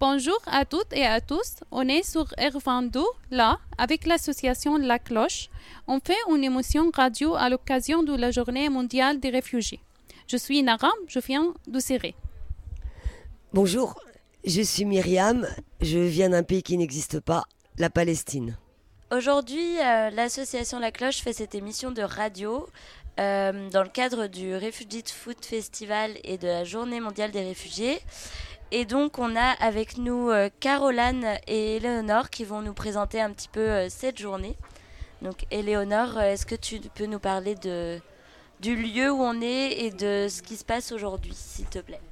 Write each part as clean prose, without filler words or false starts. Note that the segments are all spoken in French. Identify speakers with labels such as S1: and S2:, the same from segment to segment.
S1: Bonjour à toutes et à tous. On est sur R22, là, avec l'association La Cloche. On fait une émission radio à l'occasion de la Journée mondiale des réfugiés. Je suis Naram, je viens de Syrie.
S2: Bonjour, je suis Myriam, je viens d'un pays qui n'existe pas, la Palestine.
S3: Aujourd'hui, l'association La Cloche fait cette émission de radio dans le cadre du Refugee Food Festival et de la Journée mondiale des réfugiés. Et donc, on a avec nous Caroline et Éléonore qui vont nous présenter un petit peu cette journée. Donc, Éléonore, est-ce que tu peux nous parler du lieu où on est et de ce qui se passe aujourd'hui, s'il te plaît?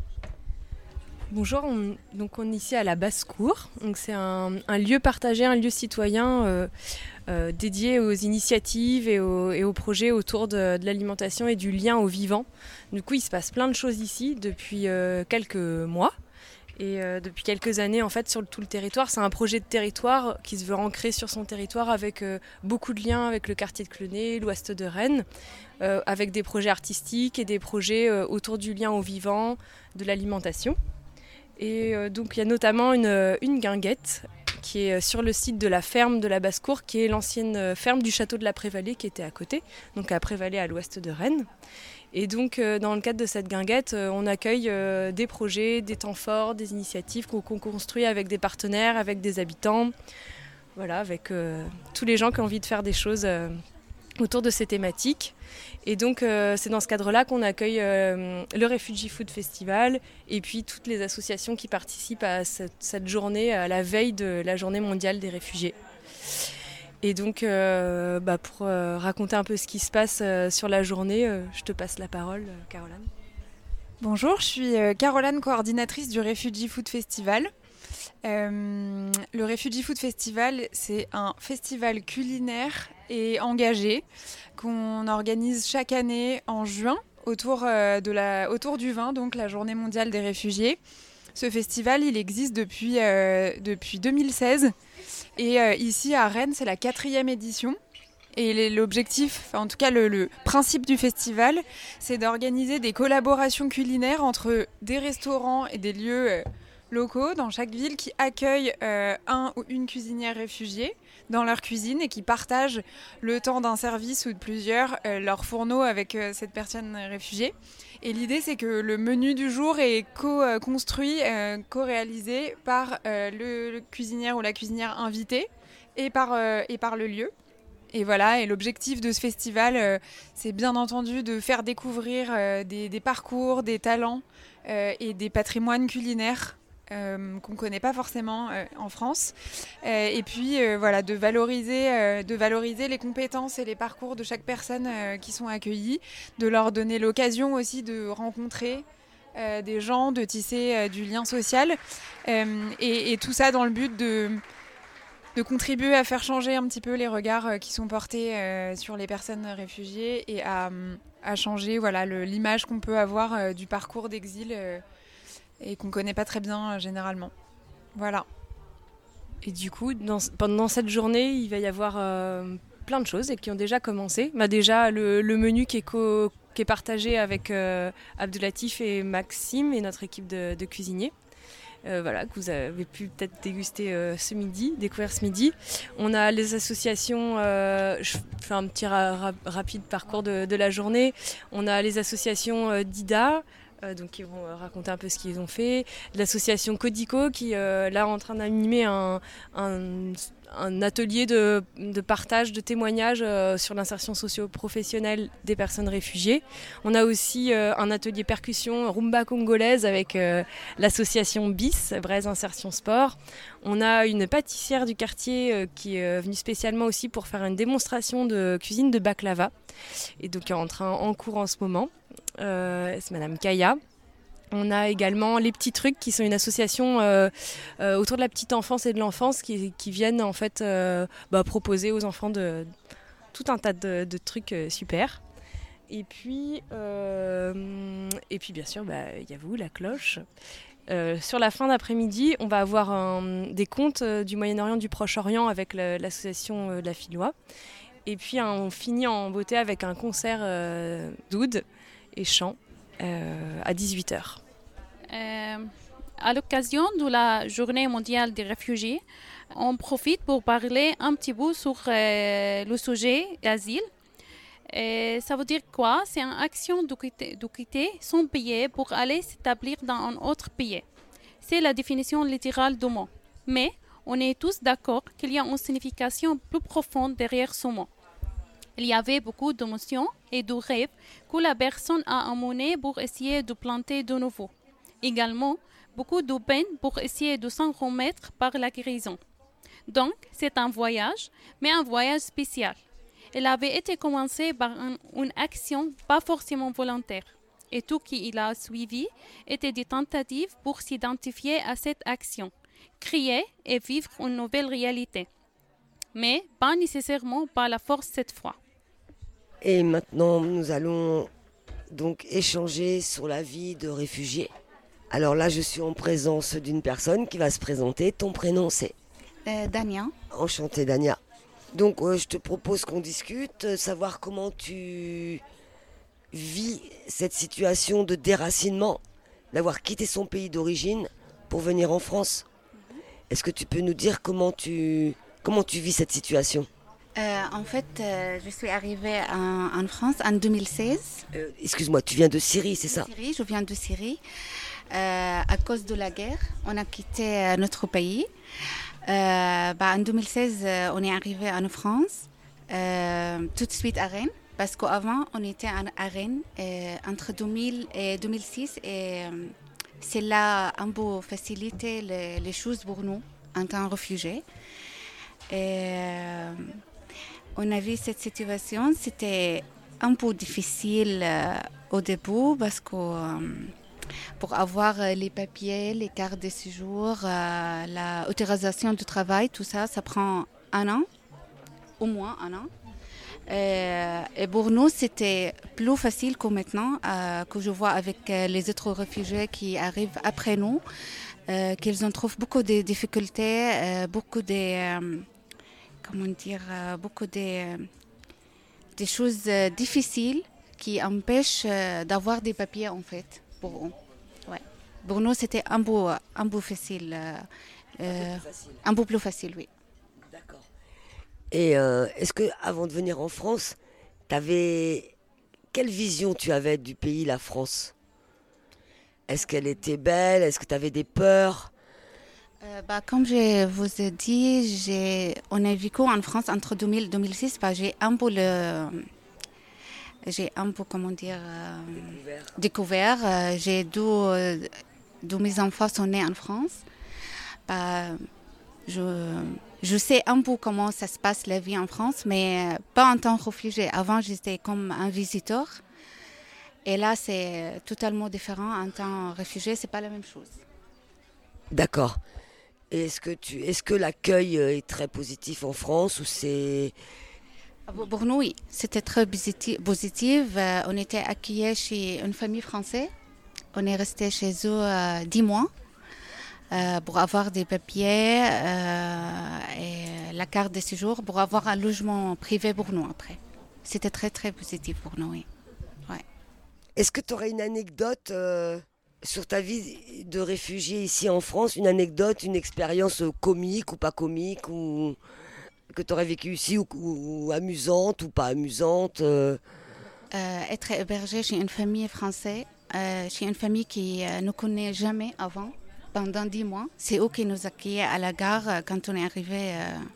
S4: Bonjour, on est ici à la Basse-Cour. Donc c'est un lieu partagé, un lieu citoyen dédié aux initiatives et aux projets autour de l'alimentation et du lien au vivant. Du coup, il se passe plein de choses ici depuis quelques mois et depuis quelques années en fait sur tout le territoire. C'est un projet de territoire qui se veut ancrer sur son territoire avec beaucoup de liens avec le quartier de Clenay, l'ouest de Rennes, avec des projets artistiques et des projets autour du lien au vivant, de l'alimentation. Et donc il y a notamment une guinguette qui est sur le site de la ferme de la Basse-Cour, qui est l'ancienne ferme du château de la Prévallée qui était à côté, donc à Prévallée à l'ouest de Rennes. Et donc dans le cadre de cette guinguette, on accueille des projets, des temps forts, des initiatives qu'on construit avec des partenaires, avec des habitants, voilà, avec tous les gens qui ont envie de faire des choses autour de ces thématiques. Et donc c'est dans ce cadre-là qu'on accueille le Refugee Food Festival et puis toutes les associations qui participent à cette journée, à la veille de la Journée mondiale des réfugiés. Et donc pour raconter un peu ce qui se passe sur la journée, je te passe la parole, Caroline.
S5: Bonjour, je suis Caroline, coordinatrice du Refugee Food Festival. Le Refugee Food Festival, c'est un festival culinaire et engagé qu'on organise chaque année en juin autour du vin, donc la Journée mondiale des réfugiés. Ce festival, il existe depuis 2016 et ici à Rennes, c'est la 4e édition. Et l'objectif, en tout cas le principe du festival, c'est d'organiser des collaborations culinaires entre des restaurants et des lieux locaux dans chaque ville qui accueillent un ou une cuisinière réfugiée dans leur cuisine et qui partagent le temps d'un service ou de plusieurs leur fourneau avec cette personne réfugiée. Et l'idée, c'est que le menu du jour est co-construit, co-réalisé par le cuisinière ou la cuisinière invitée et par le lieu. Et voilà, et l'objectif de ce festival, c'est bien entendu de faire découvrir des parcours, des talents et des patrimoines culinaires qu'on ne connaît pas forcément en France. Et puis de valoriser les compétences et les parcours de chaque personne qui sont accueillies, de leur donner l'occasion aussi de rencontrer des gens, de tisser du lien social. Et tout ça dans le but de contribuer à faire changer un petit peu les regards qui sont portés sur les personnes réfugiées et à changer l'image qu'on peut avoir du parcours d'exil et qu'on ne connaît pas très bien généralement. Voilà.
S4: Et du coup, pendant cette journée, il va y avoir plein de choses et qui ont déjà commencé. Déjà, le menu qui est partagé avec Abdelatif et Maxime et notre équipe de cuisiniers. Que vous avez pu peut-être découvrir ce midi. On a les associations, je fais un petit rapide parcours de la journée. On a les associations d'IDA, qui vont raconter un peu ce qu'ils ont fait. L'association Codico qui est en train d'animer un atelier de partage de témoignages sur l'insertion socio-professionnelle des personnes réfugiées. On a aussi un atelier percussion rumba congolaise avec l'association BIS, Braise Insertion Sport. On a une pâtissière du quartier qui est venue spécialement aussi pour faire une démonstration de cuisine de baklava et donc qui est en cours en ce moment. C'est Madame Kaya. On a également Les Petits Trucs qui sont une association autour de la petite enfance et de l'enfance qui viennent en fait proposer aux enfants tout un tas de trucs super. Et puis bien sûr y a vous, la cloche. Sur la fin d'après-midi, on va avoir des contes du Moyen-Orient, du Proche-Orient avec l'association de la Filois. Et puis on finit en beauté avec un concert d'oud et chant à 18h.
S1: À l'occasion de la Journée mondiale des réfugiés, on profite pour parler un petit peu sur le sujet d'asile. Et ça veut dire quoi? C'est une action de quitter son pays pour aller s'établir dans un autre pays. C'est la définition littérale du mot. Mais on est tous d'accord qu'il y a une signification plus profonde derrière ce mot. Il y avait beaucoup d'émotions et de rêves que la personne a emmenés pour essayer de planter de nouveau. Également, beaucoup de peine pour essayer de s'en remettre par la guérison. Donc, c'est un voyage, mais un voyage spécial. Il avait été commencé par une action pas forcément volontaire. Et tout ce qui a suivi était des tentatives pour s'identifier à cette action, créer et vivre une nouvelle réalité. Mais pas nécessairement par la force cette fois.
S2: Et maintenant, nous allons donc échanger sur la vie de réfugié. Alors là, je suis en présence d'une personne qui va se présenter. Ton prénom, c'est
S6: Dania.
S2: Enchantée, Dania. Donc, je te propose qu'on discute, savoir comment tu vis cette situation de déracinement, d'avoir quitté son pays d'origine pour venir en France. Est-ce que tu peux nous dire comment tu vis cette situation?
S6: En fait, je suis arrivée en France en 2016.
S2: Excuse-moi, tu viens de Syrie, c'est ça?
S6: Syrie, je viens de Syrie. À cause de la guerre, on a quitté notre pays. En 2016, on est arrivé en France, tout de suite à Rennes, parce qu'avant, on était à Rennes entre 2000 et 2006. Et c'est là un peu faciliter les choses pour nous en tant que réfugiés. Et on a vu cette situation, c'était un peu difficile au début parce que pour avoir les papiers, les cartes de séjour, l'autorisation du travail, tout ça, ça prend un an, au moins un an. Et pour nous, c'était plus facile que maintenant, que je vois avec les autres réfugiés qui arrivent après nous, qu'ils en trouvent beaucoup de difficultés, beaucoup de... beaucoup de choses difficiles qui empêchent d'avoir des papiers en fait pour eux. Ouais. Pour nous, c'était un peu facile, un peu plus facile, oui.
S2: D'accord. Et est-ce que avant de venir en France, quelle vision tu avais du pays, la France? Est-ce qu'elle était belle? Est-ce que tu avais des peurs?
S6: Comme je vous ai dit, on a vécu en France entre 2000 et 2006. J'ai un peu découvert. J'ai deux mes enfants sont nés en France. Je sais un peu comment ça se passe la vie en France, mais pas en tant que réfugié. Avant, j'étais comme un visiteur. Et là, c'est totalement différent. En tant que réfugié, c'est pas la même chose.
S2: D'accord. Et est-ce que l'accueil est très positif en France ou c'est...
S6: Pour nous, oui. C'était très positif. On était accueillis chez une famille française. On est resté chez eux 10 mois pour avoir des papiers et la carte de séjour pour avoir un logement privé pour nous après. C'était très, très positif pour nous, oui. Ouais.
S2: Est-ce que tu aurais une anecdote sur ta vie de réfugié ici en France, une anecdote, une expérience comique ou pas comique, ou que tu aurais vécu ici, ou amusante ou pas amusante?
S6: Être hébergé chez une famille française, chez une famille qui ne connaît jamais avant, pendant 10 mois. C'est eux qui nous accueillaient à la gare quand on est arrivé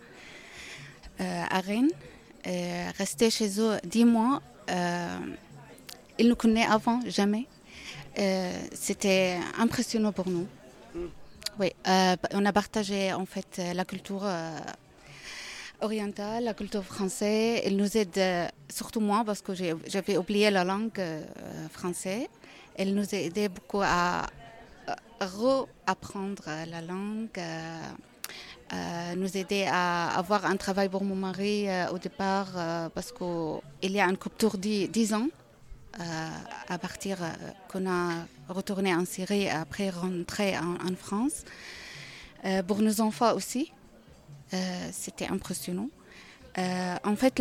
S6: à Rennes. Rester chez eux 10 mois, ils ne connaissaient avant jamais. C'était impressionnant pour nous. Oui, on a partagé en fait la culture orientale, la culture française. Elle nous aide, surtout moi, parce que j'avais oublié la langue française. Elle nous a aidé beaucoup à réapprendre la langue, nous aider à avoir un travail pour mon mari au départ, parce qu'il y a une coupure de 10 ans. À partir qu'on a retourné en Syrie après rentrer en France. Pour nos enfants aussi, c'était impressionnant. En fait,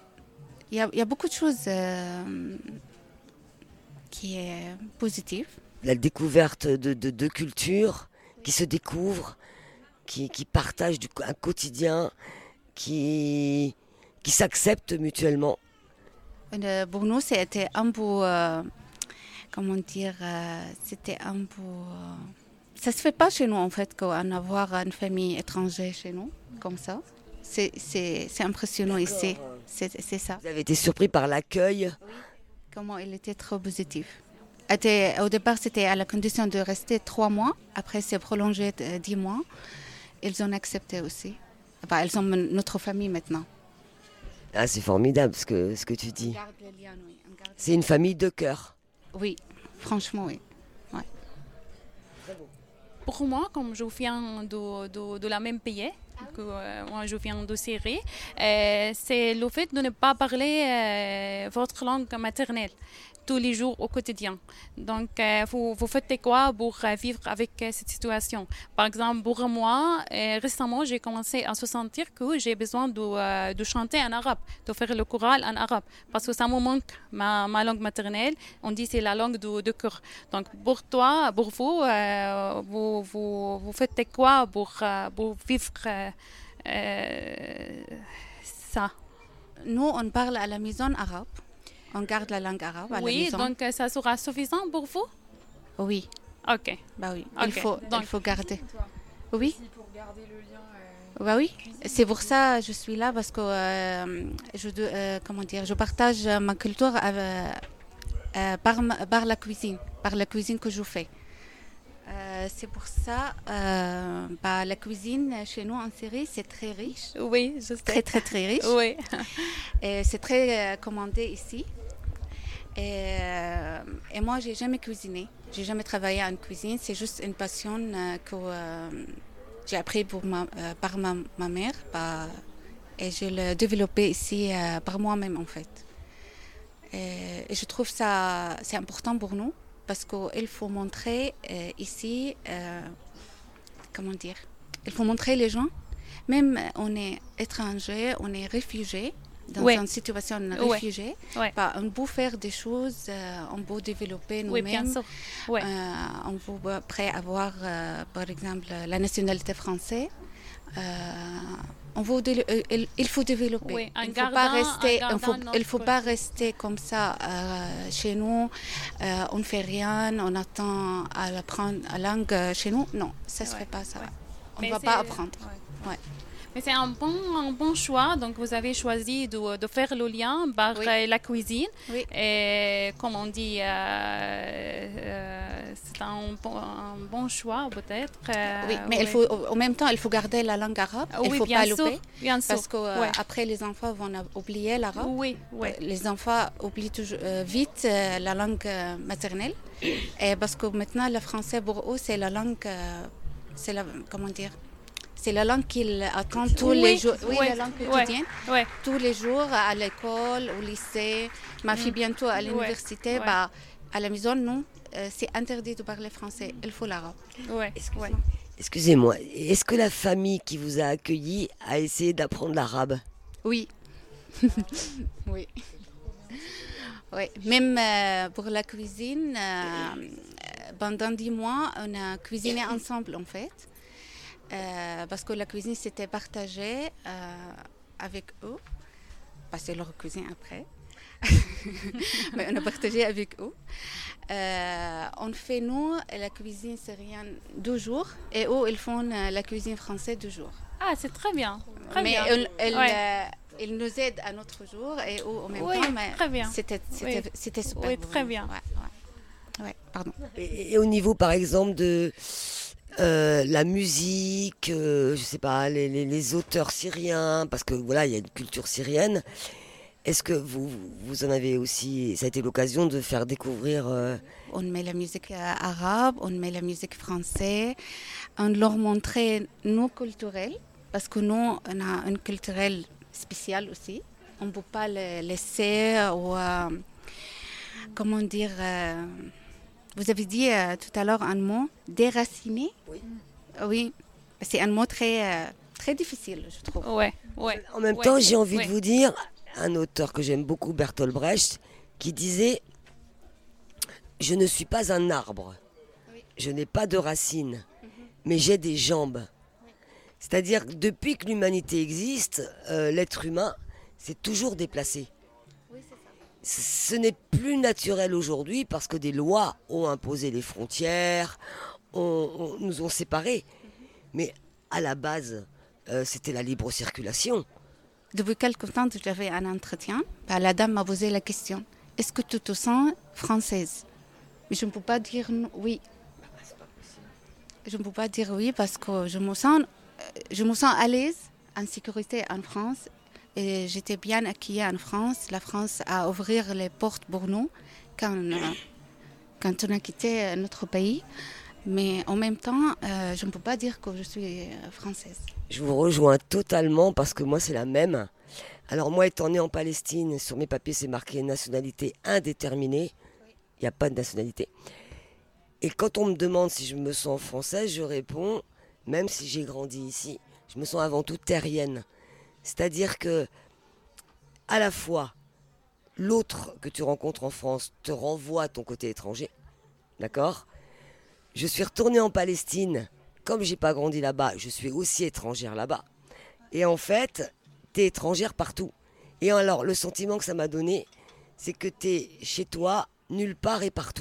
S6: il y a beaucoup de choses qui est positives
S2: la découverte de deux cultures qui se découvrent, qui partagent un quotidien, qui s'acceptent mutuellement.
S6: Pour nous, c'était un peu, comment dire, c'était un peu... ça se fait pas chez nous, en fait, qu'on avoir une famille étrangère chez nous, comme ça. C'est impressionnant ici, c'est ça.
S2: Vous avez été surpris par l'accueil?
S6: Comment il était trop positif. Au départ, c'était à la condition de rester 3 mois. Après, c'est prolongé 10 mois. Ils ont accepté aussi. Enfin, ils sont notre famille maintenant.
S2: Ah, c'est formidable ce que tu dis.
S6: On garde le lien, oui.
S2: C'est une famille de cœur.
S6: Oui, franchement, oui. Ouais.
S1: Pour moi, comme je viens de la même pays, que moi je viens de Syrie, c'est le fait de ne pas parler votre langue maternelle tous les jours au quotidien. Donc, vous faites quoi pour vivre avec cette situation? Par exemple, pour moi, récemment, j'ai commencé à se sentir que j'ai besoin de chanter en arabe, de faire le choral en arabe, parce que ça me manque, ma langue maternelle. On dit que c'est la langue de cœur. Donc, pour toi, pour vous, vous faites quoi pour vivre ça?
S6: Nous, on parle à la maison arabe. On garde la langue arabe à la maison.
S1: Oui, donc ça sera suffisant pour vous?
S6: Oui.
S1: Ok.
S6: Bah oui,
S1: Okay.
S6: il faut garder. Oui.
S5: Pour garder le lien.
S6: Bah oui. C'est pour ça que je suis là, parce que je partage ma culture par la cuisine que je fais. C'est pour ça, la cuisine chez nous en Syrie, c'est très riche.
S1: Oui, je sais.
S6: Très, très, très riche.
S1: Oui.
S6: Et c'est très commandé ici. Et moi, j'ai jamais cuisiné. J'ai jamais travaillé en cuisine. C'est juste une passion que j'ai appris par ma mère. Et je l'ai développée ici par moi-même, en fait. Et je trouve ça c'est important pour nous, parce qu'il faut montrer ici, il faut montrer les gens, même on est étranger, on est réfugié, dans une situation réfugiée, on peut faire des choses, on peut développer nous-mêmes.
S1: Oui, bien sûr. Ouais.
S6: On peut après avoir, par exemple, la nationalité française. Il faut développer.
S1: Oui,
S6: il ne faut pas rester comme ça chez nous. On ne fait rien, on attend à apprendre la langue chez nous. Non, ça ne se fait pas ça. On ne va pas apprendre. Ouais.
S1: Mais c'est un bon choix. Donc, vous avez choisi de faire le lien par la cuisine.
S6: Oui.
S1: Et comme on dit, c'est un bon choix peut-être.
S6: Oui, mais en même temps, il faut garder la langue arabe. Il ne faut pas louper.
S1: Bien sûr.
S6: Parce qu'après, les enfants vont oublier l'arabe.
S1: Oui.
S6: Les enfants oublient toujours, vite la langue maternelle. Et parce que maintenant, le français, pour eux, c'est la langue... C'est la langue qu'ils attendent tous les jours. Oui, la langue quotidienne. Tous les jours, à l'école, au lycée. Ma fille, bientôt à l'université. À la maison, non. C'est interdit de parler français. Il faut l'arabe.
S2: Excusez-moi, est-ce que la famille qui vous a accueilli a essayé d'apprendre l'arabe?
S6: Oui. Oui. Oui. Même pour la cuisine, pendant 10 mois, on a cuisiné ensemble, en fait. Parce que la cuisine s'était partagée avec eux. C'est leur cuisine après. Mais on a partagé avec eux. On fait, nous, la cuisine syrienne 2 jours, et eux, ils font la cuisine française 2 jours.
S1: Ah, c'est très bien.
S6: Ils nous aident à notre jour, et eux, en même temps. Mais
S1: très bien.
S6: C'était super.
S1: Oui, très bien.
S6: Ouais, pardon.
S2: Et au niveau, par exemple, de... la musique, je sais pas, les auteurs syriens, parce que voilà, il y a une culture syrienne. Est-ce que vous en avez aussi, ça a été l'occasion de faire découvrir
S6: On met la musique arabe, on met la musique française, on leur montrait nos culturels, parce que nous, on a une culturelle spéciale aussi. On ne peut pas le laisser ou, comment dire... Vous avez dit tout à l'heure un mot, déraciné. Oui, c'est un mot très, très difficile, je trouve.
S2: En même temps, j'ai envie de vous dire, un auteur que j'aime beaucoup, Bertolt Brecht, qui disait « Je ne suis pas un arbre, je n'ai pas de racines, mais j'ai des jambes. C'est-à-dire que depuis que l'humanité existe, l'être humain s'est toujours déplacé. Ce n'est plus naturel aujourd'hui parce que des lois ont imposé les frontières, nous ont séparés. Mais à la base, c'était la libre circulation.
S6: Depuis quelque temps, j'avais un entretien. La dame m'a posé la question, est-ce que tu te sens française? Mais je ne peux pas dire oui. Je ne peux pas dire oui parce que je me sens à l'aise, en sécurité en France. Et j'étais bien accueillie en France. La France a ouvert les portes pour nous quand on a quitté notre pays. Mais en même temps, je ne peux pas dire que je suis française.
S2: Je vous rejoins totalement parce que moi, c'est la même. Alors moi, étant née en Palestine, sur mes papiers, c'est marqué nationalité indéterminée. Il n'y a pas de nationalité. Et quand on me demande si je me sens française, je réponds, même si j'ai grandi ici, je me sens avant tout terrienne. C'est-à-dire que, à la fois, l'autre que tu rencontres en France te renvoie à ton côté étranger, d'accord ? Je suis retournée en Palestine, comme j'ai pas grandi là-bas, je suis aussi étrangère là-bas. Et en fait, t'es étrangère partout. Et alors, le sentiment que ça m'a donné, c'est que t'es chez toi, nulle part et partout.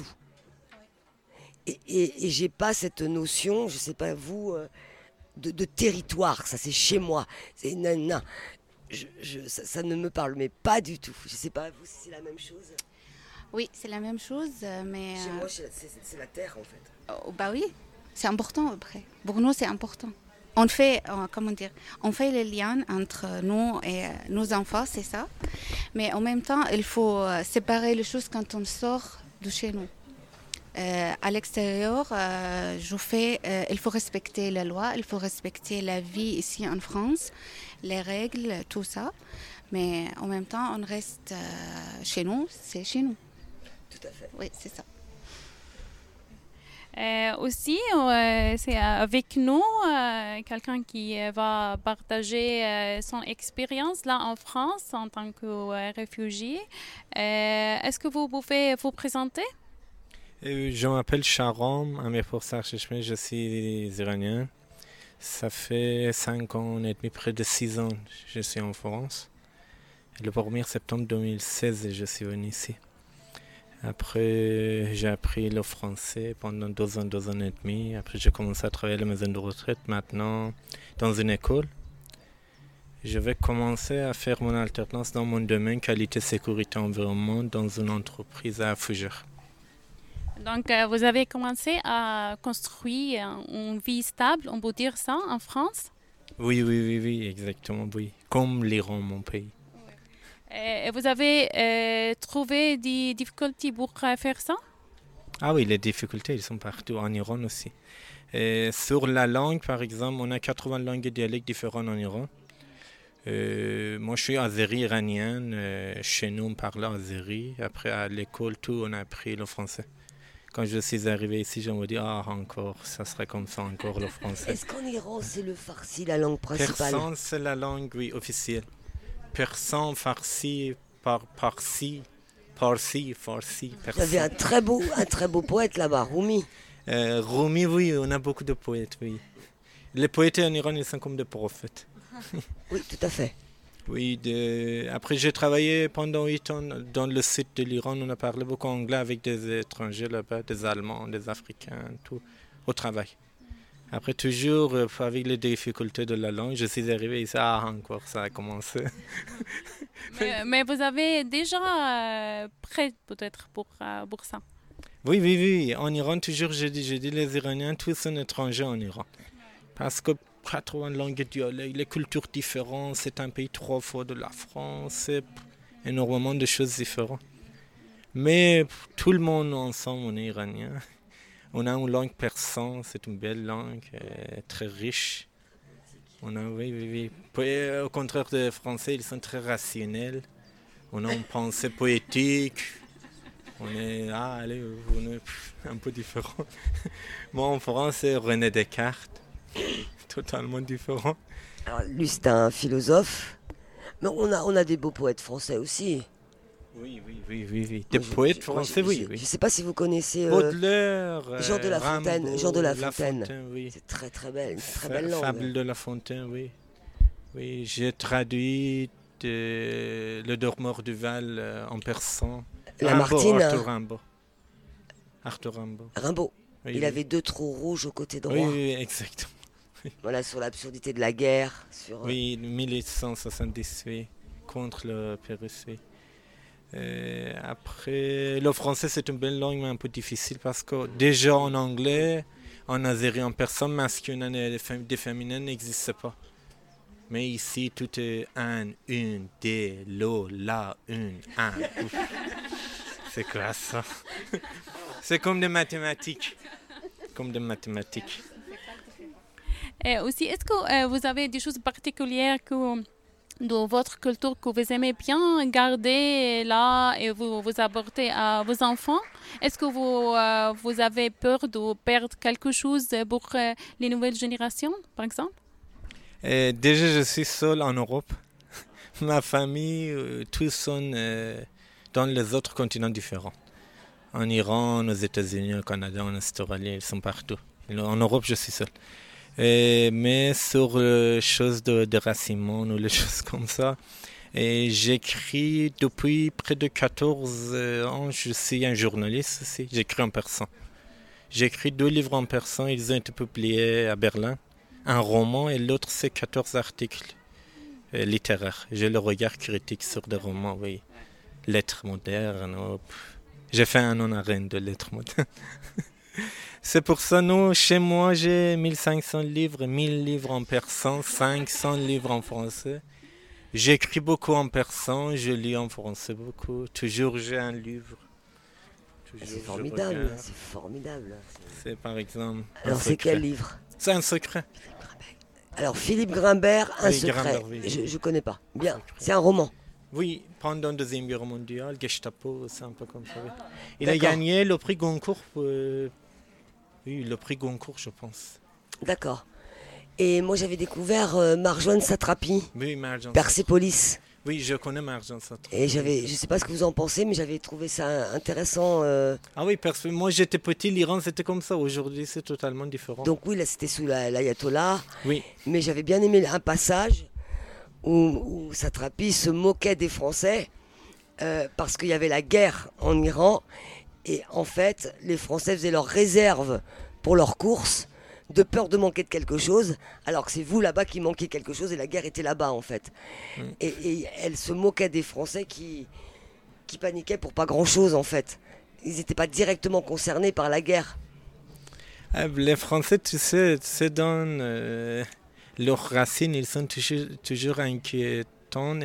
S2: Et j'ai pas cette notion, je sais pas vous, de territoire, ça c'est chez moi. C'est non. Ça ne me parle mais pas du tout. Je sais pas vous si c'est la même chose.
S6: Oui, c'est la même chose, mais...
S2: Chez moi, c'est la terre en fait.
S6: Oh, bah oui, c'est important après. Pour nous, c'est important. On fait les liens entre nous et nos enfants, c'est ça. Mais en même temps, il faut séparer les choses quand on sort de chez nous. À l'extérieur, il faut respecter la loi, il faut respecter la vie ici en France, les règles, tout ça. Mais en même temps, on reste chez nous, c'est chez nous.
S2: Tout à fait.
S6: Oui, c'est ça.
S1: Aussi, c'est avec nous quelqu'un qui va partager son expérience là en France en tant que réfugié. Est-ce que vous pouvez vous présenter?
S7: Je m'appelle Sharon, je suis iranien. Ça fait 5 ans et demi, près de 6 ans, je suis en France. Le 1er septembre 2016, je suis venu ici. Après, j'ai appris le français pendant 2 ans et demi. Après, j'ai commencé à travailler à la maison de retraite, maintenant dans une école. Je vais commencer à faire mon alternance dans mon domaine qualité, sécurité, environnement dans une entreprise à Fougères.
S1: Donc, vous avez commencé à construire une vie stable, on peut dire ça, en France?
S7: Oui, exactement, oui. Comme l'Iran, mon pays.
S1: Et vous avez trouvé des difficultés pour faire ça?
S7: Ah oui, les difficultés, elles sont partout, en Iran aussi. Sur la langue, par exemple, on a 80 langues et dialectes différents en Iran. Moi, je suis azéri iranienne. Chez nous, on parle azéri. Après, à l'école, on a appris le français. Quand je suis arrivé ici, je me dis, encore, ça serait comme ça encore le français.
S2: Est-ce qu'en Iran, c'est le farsi, la langue principale?
S7: Persan, c'est la langue, oui, officielle. Persan, farsi, parsi, persan.
S2: Il y avait un très beau poète là-bas, Rumi.
S7: Rumi, oui, on a beaucoup de poètes, oui. Les poètes en Iran, ils sont comme des prophètes.
S2: Oui, tout à fait.
S7: Oui, après j'ai travaillé pendant 8 ans dans le sud de l'Iran. On a parlé beaucoup anglais avec des étrangers là-bas, des Allemands, des Africains, tout, au travail. Après, toujours avec les difficultés de la langue, je suis arrivé ici, encore ça a commencé.
S1: mais vous avez déjà prêt peut-être pour ça?
S7: Oui. En Iran, toujours, j'ai dit les Iraniens, tous sont étrangers en Iran. Parce que 80 langues et dialectes, les cultures différentes, c'est un pays 3 fois de la France, c'est énormément de choses différentes. Mais tout le monde ensemble, on est iranien. On a une langue persane, c'est une belle langue, très riche. Oui. Au contraire des Français, ils sont très rationnels. On a une pensée poétique. On est un peu différent. Moi, en France, c'est René Descartes. Totalement différent.
S2: Alors, lui, c'est un philosophe. Mais on a des beaux poètes français aussi.
S7: Oui. Des poètes français, oui.
S2: Je ne sais pas si vous connaissez
S7: Baudelaire,
S2: Jean de La Fontaine.
S7: Rimbaud,
S2: Jean de La Fontaine.
S7: oui.
S2: C'est très très belle, une très belle langue.
S7: Fable de La Fontaine, oui. Oui, j'ai traduit Le Dormeur du Val en persan.
S2: Lamartine.
S7: Arthur Rimbaud.
S2: Rimbaud.
S7: Oui,
S2: Il avait 2 trous rouges au côté droit.
S7: Oui, exactement.
S2: Voilà, sur l'absurdité de la guerre.
S7: Oui, 1878, contre le Pérus. Après, le français, c'est une belle langue, mais un peu difficile parce que déjà en anglais, en azéri, en personne masculin et féminin n'existe pas. Mais ici, tout est un, une, des, l'eau, la, une, un. Ouf. C'est quoi ça? C'est comme des mathématiques.
S1: Et aussi, est-ce que vous avez des choses particulières de votre culture que vous aimez bien garder là et vous apportez à vos enfants? Est-ce que vous avez peur de perdre quelque chose pour les nouvelles générations, par exemple?
S7: Déjà, je suis seul en Europe. Ma famille, tous sont dans les autres continents différents. En Iran, aux États-Unis, au Canada, en Australie, ils sont partout. En Europe, je suis seul. Mais sur les choses de déracinement ou les choses comme ça, j'écris depuis près de 14 ans. Je suis un journaliste aussi. J'écris en persan. J'écris 2 livres en persan. Ils ont été publiés à Berlin. Un roman et l'autre, c'est 14 articles littéraires. J'ai le regard critique sur des romans, oui. Lettres modernes. J'ai fait un honorarium de lettres modernes. C'est pour ça, chez moi, j'ai 1500 livres, 1000 livres en persan, 500 livres en français. J'écris beaucoup en persan, je lis en français beaucoup. Toujours, j'ai un livre.
S2: C'est formidable, c'est formidable.
S7: C'est par exemple...
S2: Alors, c'est quel livre?
S7: C'est un secret.
S2: Alors, Philippe Grimbert, Un secret.
S7: Grimbert, oui.
S2: Je ne connais pas. Bien, c'est un roman.
S7: Oui, pendant la Deuxième Guerre mondiale, Gestapo, c'est un peu comme ça. Oui. Il a gagné le prix Goncourt. Oui, le prix Goncourt, je pense.
S2: D'accord. Et moi, j'avais découvert Marjane Satrapi.
S7: Oui, Marjane
S2: Persépolis.
S7: Oui, je connais Marjane Satrapi.
S2: Et je ne sais pas ce que vous en pensez, mais j'avais trouvé ça intéressant.
S7: Ah oui, parce que moi, j'étais petit, l'Iran, c'était comme ça. Aujourd'hui, c'est totalement différent.
S2: Donc oui, là, c'était sous l'ayatollah.
S7: Oui.
S2: Mais j'avais bien aimé un passage où Satrapi se moquait des Français parce qu'il y avait la guerre en Iran. Et en fait, les Français faisaient leurs réserves pour leurs courses, de peur de manquer de quelque chose, alors que c'est vous là-bas qui manquiez quelque chose et la guerre était là-bas en fait. Et elle se moquait des Français qui paniquaient pour pas grand-chose en fait. Ils n'étaient pas directement concernés par la guerre.
S7: Les Français, tu sais, c'est dans leurs racines, ils sont toujours inquiétants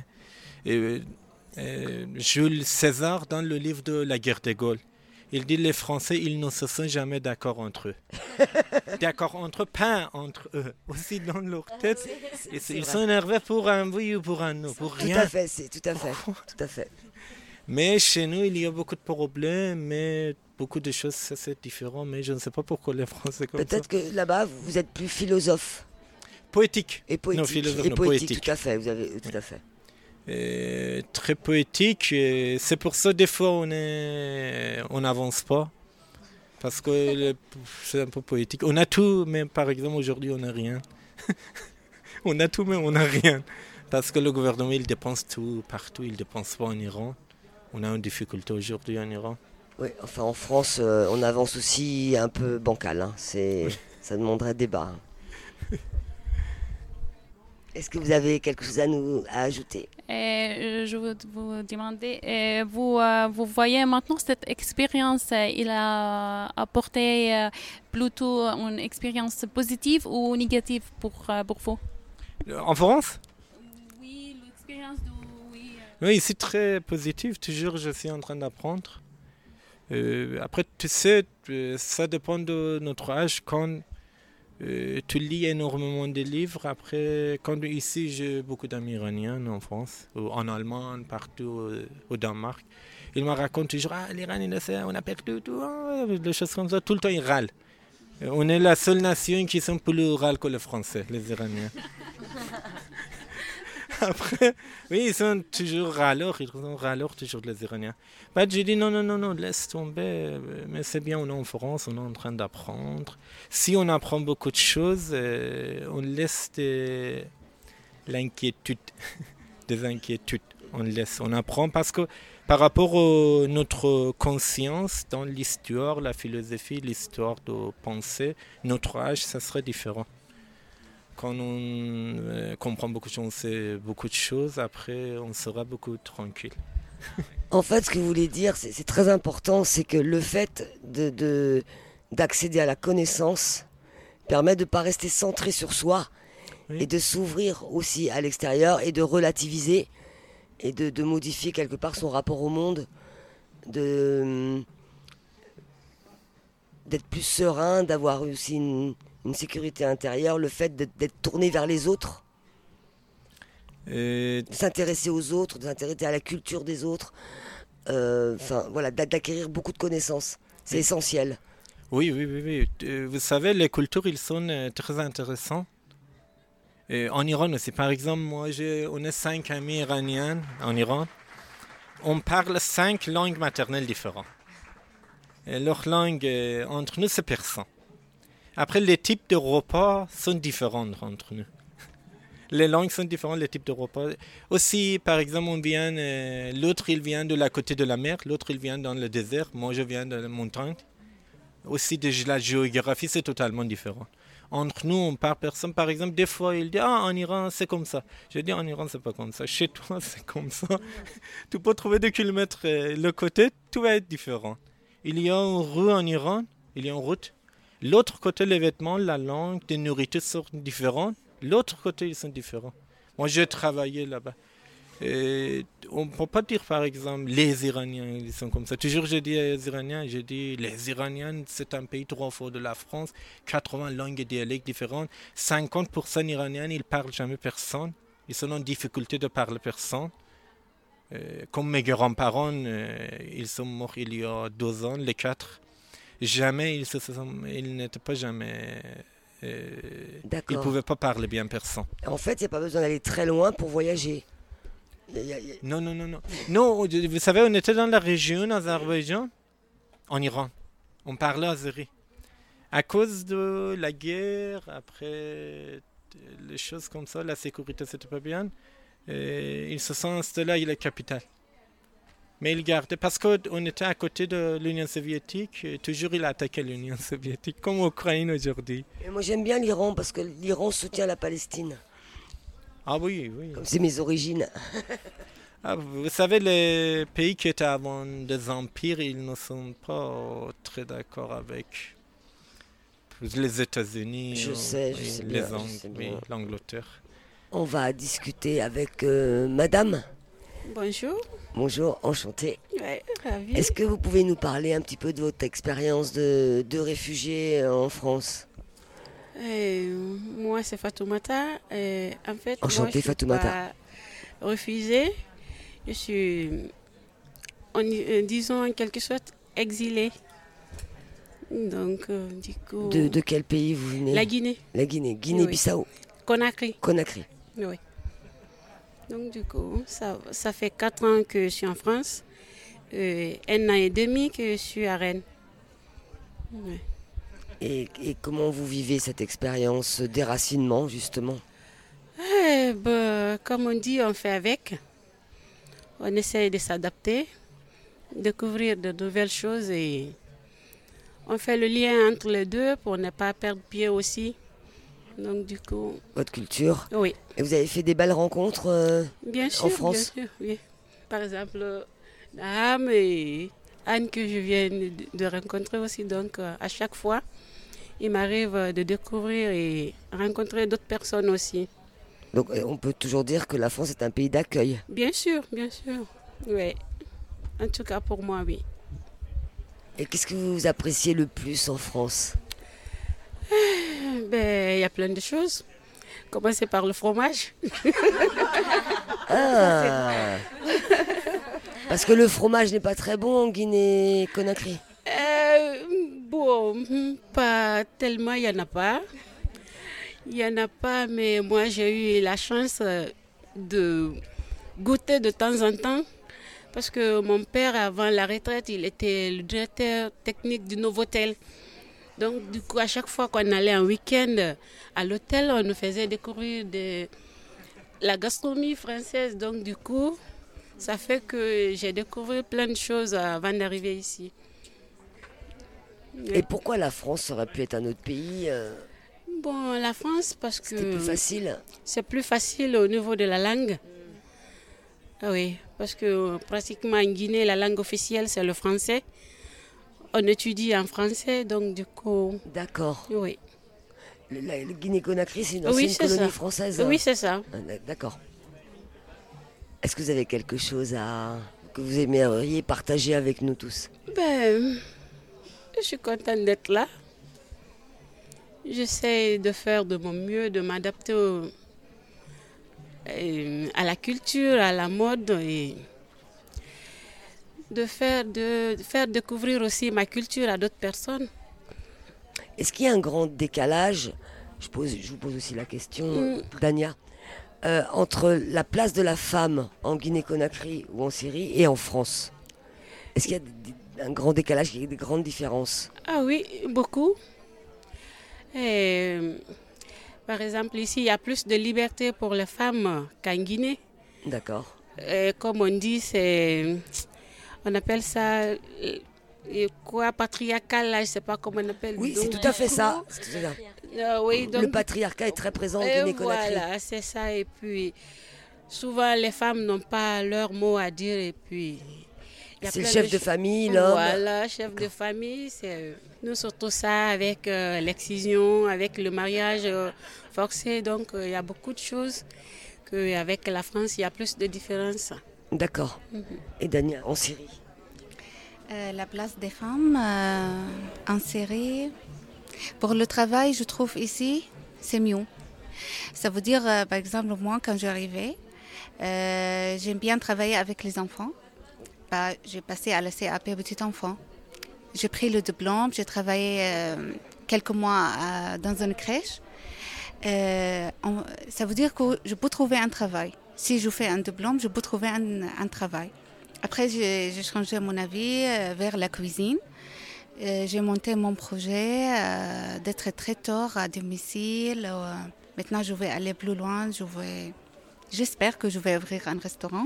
S7: Jules César, dans le livre de la guerre de Gaulle, il dit les Français, ils ne se sont jamais d'accord entre eux. D'accord entre eux, pas entre eux. Aussi dans leur tête, ils sont énervés pour un oui ou pour un non, pour rien.
S2: Tout à fait.
S7: Mais chez nous, il y a beaucoup de problèmes, mais beaucoup de choses, ça c'est différent. Mais je ne sais pas pourquoi les Français comme ça.
S2: Peut-être que là-bas, vous êtes plus philosophe.
S7: Poétique.
S2: Et poétique.
S7: Non, philosophe,
S2: et
S7: non,
S2: poétique. Tout à fait, vous avez tout à fait.
S7: Très poétique. C'est pour ça des fois on n'avance pas parce que c'est un peu poétique. On a tout, mais par exemple aujourd'hui on n'a rien. On a tout, mais on n'a rien parce que le gouvernement il dépense tout partout. Il dépense pas en Iran. On a une difficulté aujourd'hui en Iran.
S2: Oui, enfin en France on avance aussi un peu bancal. Hein. Ça demanderait débat. Hein. Est-ce que vous avez quelque chose à ajouter?
S1: Je veux vous demander, vous voyez maintenant cette expérience, il a apporté plutôt une expérience positive ou négative pour vous?
S7: En France?
S1: Oui, l'expérience de...
S7: Oui, c'est très positif. Toujours, je suis en train d'apprendre. Après, tu sais, ça dépend de notre âge. Quand tu lis énormément de livres. Après, quand ici, j'ai beaucoup d'amis iraniens en France, ou en Allemagne, partout, au Danemark. Ils me racontent toujours, l'Iran, on a perdu tout, des choses comme ça. Tout le temps, ils râlent. On est la seule nation qui sont plus râles que les Français, les Iraniens. Après, oui, ils sont toujours râleurs toujours les Iraniens. Bah, j'ai dit non, laisse tomber, mais c'est bien, on est en France, on est en train d'apprendre. Si on apprend beaucoup de choses, on laisse l'inquiétude, des inquiétudes. On apprend parce que par rapport à notre conscience dans l'histoire, la philosophie, l'histoire de pensée, notre âge, ça serait différent. Quand on comprend beaucoup de choses, après on sera beaucoup tranquille.
S2: En fait, ce que vous voulez dire, c'est très important, c'est que le fait d'accéder à la connaissance permet de ne pas rester centré sur soi, oui, et de s'ouvrir aussi à l'extérieur et de relativiser et de modifier quelque part son rapport au monde, d'être plus serein, d'avoir aussi une sécurité intérieure, le fait d'être tourné vers les autres, de s'intéresser aux autres, de s'intéresser à la culture des autres, voilà, d'acquérir beaucoup de connaissances. C'est essentiel.
S7: Oui. Vous savez, les cultures, ils sont très intéressants. En Iran aussi, par exemple, on est 5 amis iraniens en Iran. On parle 5 langues maternelles différentes. Et leur langue, entre nous, c'est persan. Après, les types de repas sont différents entre nous. Les langues sont différentes, les types de repas. Aussi, par exemple, l'autre, il vient de la côté de la mer, l'autre, il vient dans le désert, moi, je viens de la montagne. Aussi, de la géographie, c'est totalement différent. Entre nous, on parle personne. Par exemple, des fois, il dit « Ah, en Iran, c'est comme ça. » Je dis « En Iran, c'est pas comme ça. Chez toi, c'est comme ça. » Tu peux trouver 2 kilomètres le côté, tout va être différent. Il y a une rue en Iran, il y a une route. L'autre côté, les vêtements, la langue, les nourritures sont différentes. L'autre côté, ils sont différents. Moi, j'ai travaillé là-bas. Et on ne peut pas dire, par exemple, les Iraniens, ils sont comme ça. Toujours, je dis les Iraniens, les Iraniens, c'est un pays 3 fois de la France, 80 langues et dialectes différents. 50% Iraniens, ils ne parlent jamais personne. Ils sont en difficulté de parler personne. Comme mes grands-parents, ils sont morts il y a 2 ans, les 4. Jamais, ils n'étaient pas jamais... ils ne pouvaient pas parler bien personne.
S2: En fait, il n'y a pas besoin d'aller très loin pour voyager.
S7: Non. Non, vous savez, on était dans la région Azerbaïdjan, en Iran. On parlait azéri. À cause de la guerre, après les choses comme ça, la sécurité, c'était pas bien. Ils se sont installés à la capitale. Mais ils gardaient, parce qu'on était à côté de l'Union soviétique, et toujours il attaquait l'Union soviétique, comme l'Ukraine aujourd'hui.
S2: Et moi j'aime bien l'Iran, parce que l'Iran soutient la Palestine.
S7: Ah oui.
S2: Comme c'est mes origines.
S7: Vous savez, les pays qui étaient avant des empires, ils ne sont pas très d'accord avec les États-Unis,
S2: je sais
S7: l'Angleterre.
S2: On va discuter avec madame.
S8: Bonjour.
S2: Bonjour, enchantée.
S8: Ouais, ravie.
S2: Est-ce que vous pouvez nous parler un petit peu de votre expérience de réfugié en France?
S8: Moi, c'est Fatoumata. En fait,
S2: enchantée,
S8: moi,
S2: Fatoumata.
S8: Pas réfugiée. Je suis, disons en quelque sorte, exilée. Donc, du coup...
S2: De quel pays vous venez?
S8: La Guinée.
S2: La Guinée, Guinée-Bissau.
S8: Conakry.
S2: Oui.
S8: Donc, du coup, ça fait 4 ans que je suis en France. 1 an et demi que je suis à Rennes. Oui.
S2: Et comment vous vivez cette expérience déracinement, justement?
S8: Comme on dit, on fait avec. On essaye de s'adapter, découvrir de nouvelles choses et on fait le lien entre les deux pour ne pas perdre pied aussi. Donc du coup...
S2: Votre culture?
S8: Oui.
S2: Et vous avez fait des belles rencontres
S8: bien sûr,
S2: en France?
S8: Bien sûr, oui. Par exemple, Naham et Anne que je viens de rencontrer aussi. Donc à chaque fois, il m'arrive de découvrir et rencontrer d'autres personnes aussi.
S2: Donc on peut toujours dire que la France est un pays d'accueil?
S8: Bien sûr. Oui. En tout cas pour moi, oui.
S2: Et qu'est-ce que vous appréciez le plus en France?
S8: Il y a plein de choses. Commencer par le fromage.
S2: Ah. Parce que le fromage n'est pas très bon en Guinée-Conakry?
S8: Pas tellement, il n'y en a pas. Mais moi j'ai eu la chance de goûter de temps en temps. Parce que mon père, avant la retraite, il était le directeur technique du Novotel. Donc, du coup, à chaque fois qu'on allait en week-end à l'hôtel, on nous faisait découvrir la gastronomie française. Donc, du coup, ça fait que j'ai découvert plein de choses avant d'arriver ici.
S2: Et pourquoi la France aurait pu être un autre pays
S8: Bon, la France, parce que
S2: C'était plus facile.
S8: c'est plus facile au niveau de la langue. Ah oui, parce que pratiquement en Guinée, la langue officielle, c'est le français. On étudie en français, donc du coup,
S2: D'accord.
S8: oui.
S2: Le Guinée-Conakry, c'est une
S8: Oui,
S2: ancienne
S8: c'est
S2: colonie
S8: ça.
S2: française.
S8: Oui, c'est ça.
S2: D'accord. Est-ce que vous avez quelque chose que vous aimeriez partager avec nous tous?
S8: Ben, je suis contente d'être là. J'essaie de faire de mon mieux, de m'adapter à la culture, à la mode et de faire découvrir aussi ma culture à d'autres personnes.
S2: Est-ce qu'il y a un grand décalage, je vous pose aussi la question, Dania, entre la place de la femme en Guinée-Conakry ou en Syrie et en France? Est-ce qu'il y a un grand décalage, il y a des grandes différences?
S8: Ah oui, beaucoup. Et, par exemple, ici, il y a plus de liberté pour les femmes qu'en Guinée.
S2: D'accord.
S8: Et comme on dit, on appelle ça quoi, patriarcal, là, je ne sais pas comment on appelle.
S2: Oui,
S8: donc,
S2: c'est tout à fait ça. C'est tout à fait.
S8: oui, donc,
S2: Le patriarcat est très présent en Guinée-Conakry.
S8: Voilà, c'est ça. Et puis, souvent, les femmes n'ont pas leur mot à dire. Et puis,
S2: c'est le chef de famille, l'homme.
S8: Voilà, chef de famille. C'est nous surtout ça avec l'excision, avec le mariage forcé. Donc, il y a beaucoup de choses qu'avec la France, il y a plus de différences.
S2: D'accord. Et Dania, en Syrie?
S6: La place des femmes en Syrie, pour le travail, je trouve ici, c'est mieux. Ça veut dire, par exemple, moi, quand j'arrivais, j'aime bien travailler avec les enfants. J'ai passé à la CAP petit enfant. J'ai pris le diplôme, j'ai travaillé quelques mois dans une crèche. Ça veut dire que je peux trouver un travail. Si je fais un diplôme, je peux trouver un travail. Après, j'ai changé mon avis vers la cuisine. J'ai monté mon projet d'être traiteur à domicile. Maintenant, je vais aller plus loin. J'espère que je vais ouvrir un restaurant.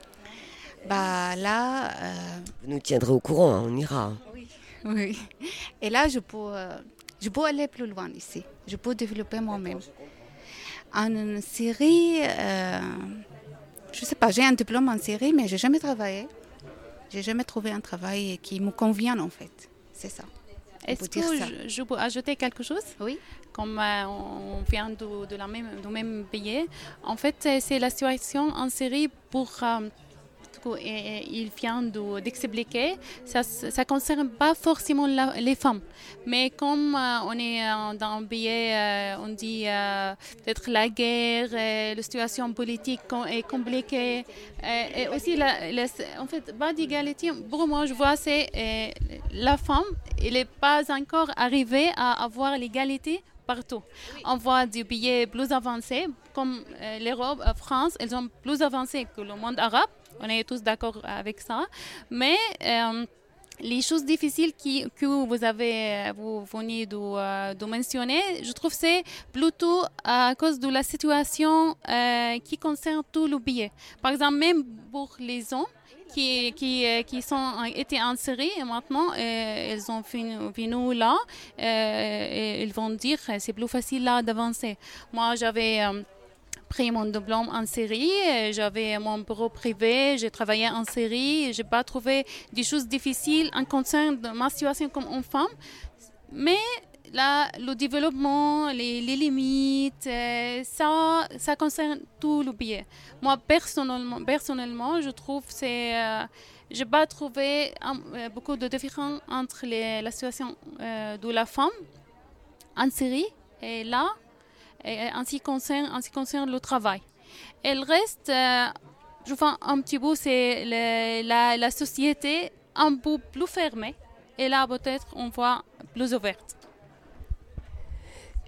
S2: Vous nous tiendrez au courant, hein, on ira.
S6: Oui. Et là, je peux aller plus loin ici. Je peux développer moi-même. En Syrie, je ne sais pas, j'ai un diplôme en Syrie, mais je n'ai jamais travaillé. Je n'ai jamais trouvé un travail qui me convienne, en fait. C'est ça.
S1: Est-ce que je peux ajouter quelque chose?
S6: Oui.
S1: Comme on vient du même pays, en fait, c'est la situation en Syrie pour... il vient d'expliquer, ça ne concerne pas forcément les femmes. Mais comme on est dans un pays, on dit peut-être la guerre, la situation politique est compliquée. Et aussi, en fait, pas d'égalité, pour moi, je vois, c'est la femme, elle n'est pas encore arrivée à avoir l'égalité partout. Oui. On voit des pays plus avancés, comme l'Europe, la France, elles sont plus avancées que le monde arabe. On est tous d'accord avec ça. Mais les choses difficiles que vous venez de mentionner, je trouve que c'est plutôt à cause de la situation qui concerne tout le pays. Par exemple, même pour les hommes qui étaient en Syrie et maintenant ils sont venus là, ils vont dire que c'est plus facile là d'avancer. Moi, j'avais... pris mon diplôme en Syrie, j'avais mon bureau privé, j'ai travaillé en Syrie, je n'ai pas trouvé des choses difficiles en concernant de ma situation comme une femme, mais là, le développement, les limites, ça concerne tout le pays. Moi, personnellement, je trouve que je n'ai pas trouvé beaucoup de différence entre la situation de la femme en Syrie et là, en ce qui concerne le travail. Et le reste, je vois un petit peu, c'est la société un peu plus fermée. Et là, peut-être, on voit plus ouverte.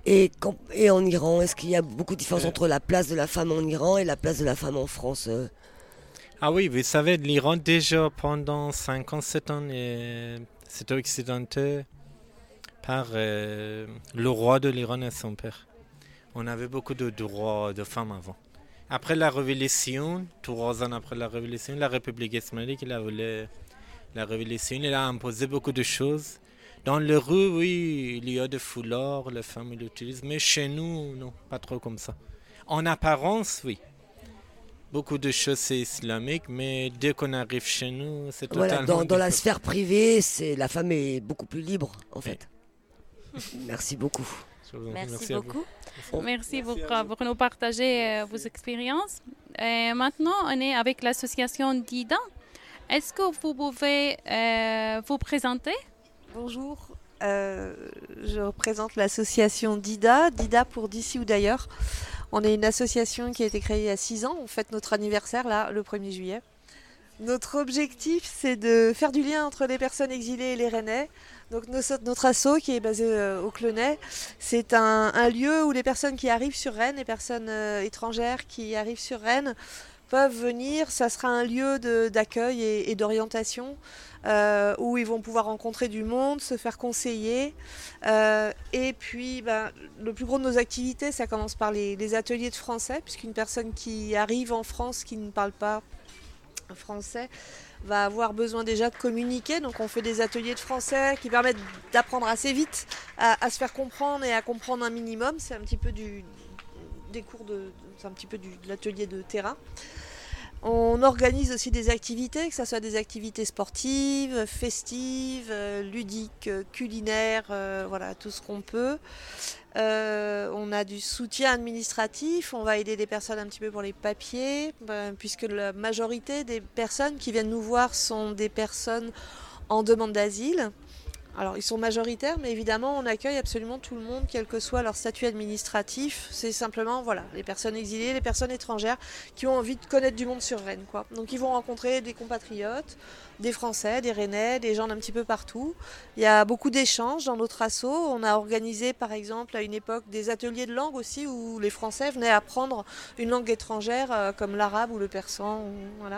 S2: Et en Iran, est-ce qu'il y a beaucoup de différence entre la place de la femme en Iran et la place de la femme en France
S7: Ah oui, vous savez, l'Iran déjà pendant 57 ans, c'était occidenté par le roi de l'Iran et son père. On avait beaucoup de droits de femmes avant. Après la révolution, 3 ans après la révolution, la République islamique, il a voulu la révolution, il a imposé beaucoup de choses. Dans les rues, oui, il y a des foulards, les femmes l'utilisent, mais chez nous, non, pas trop comme ça. En apparence, oui. Beaucoup de choses, c'est islamique, mais dès qu'on arrive chez nous, c'est totalement
S2: Voilà, dans la
S7: différent.
S2: sphère privée, la femme est beaucoup plus libre, en fait. Merci beaucoup.
S7: Je vous en prie,
S3: Merci
S7: à vous.
S3: beaucoup.
S1: Merci pour nous partager vos expériences. Et maintenant, on est avec l'association DIDA. Est-ce que vous pouvez vous présenter?
S9: Bonjour, je représente l'association DIDA, DIDA pour d'ici ou d'ailleurs. On est une association qui a été créée il y a 6 ans, on fête notre anniversaire là, le 1er juillet. Notre objectif, c'est de faire du lien entre les personnes exilées et les Rennais. Donc notre asso qui est basé au Clenay, c'est un lieu où les personnes qui arrivent sur Rennes, les personnes étrangères qui arrivent sur Rennes, peuvent venir. Ça sera un lieu d'accueil et d'orientation où ils vont pouvoir rencontrer du monde, se faire conseiller. Et puis, le plus gros de nos activités, ça commence par les ateliers de français, puisqu'une personne qui arrive en France qui ne parle pas français va avoir besoin déjà de communiquer. Donc on fait des ateliers de français qui permettent d'apprendre assez vite à se faire comprendre et à comprendre un minimum. C'est un petit peu des cours c'est un petit peu de l'atelier de terrain. On organise aussi des activités, que ce soit des activités sportives, festives, ludiques, culinaires, voilà, tout ce qu'on peut. On a du soutien administratif, on va aider les personnes un petit peu pour les papiers, puisque la majorité des personnes qui viennent nous voir sont des personnes en demande d'asile. Alors ils sont majoritaires, mais évidemment on accueille absolument tout le monde, quel que soit leur statut administratif. C'est simplement les personnes exilées, les personnes étrangères qui ont envie de connaître du monde sur Rennes, quoi. Donc ils vont rencontrer des compatriotes, des Français, des Rennais, des gens d'un petit peu partout. Il y a beaucoup d'échanges dans notre asso. On a organisé par exemple à une époque des ateliers de langue aussi où les Français venaient apprendre une langue étrangère comme l'arabe ou le persan.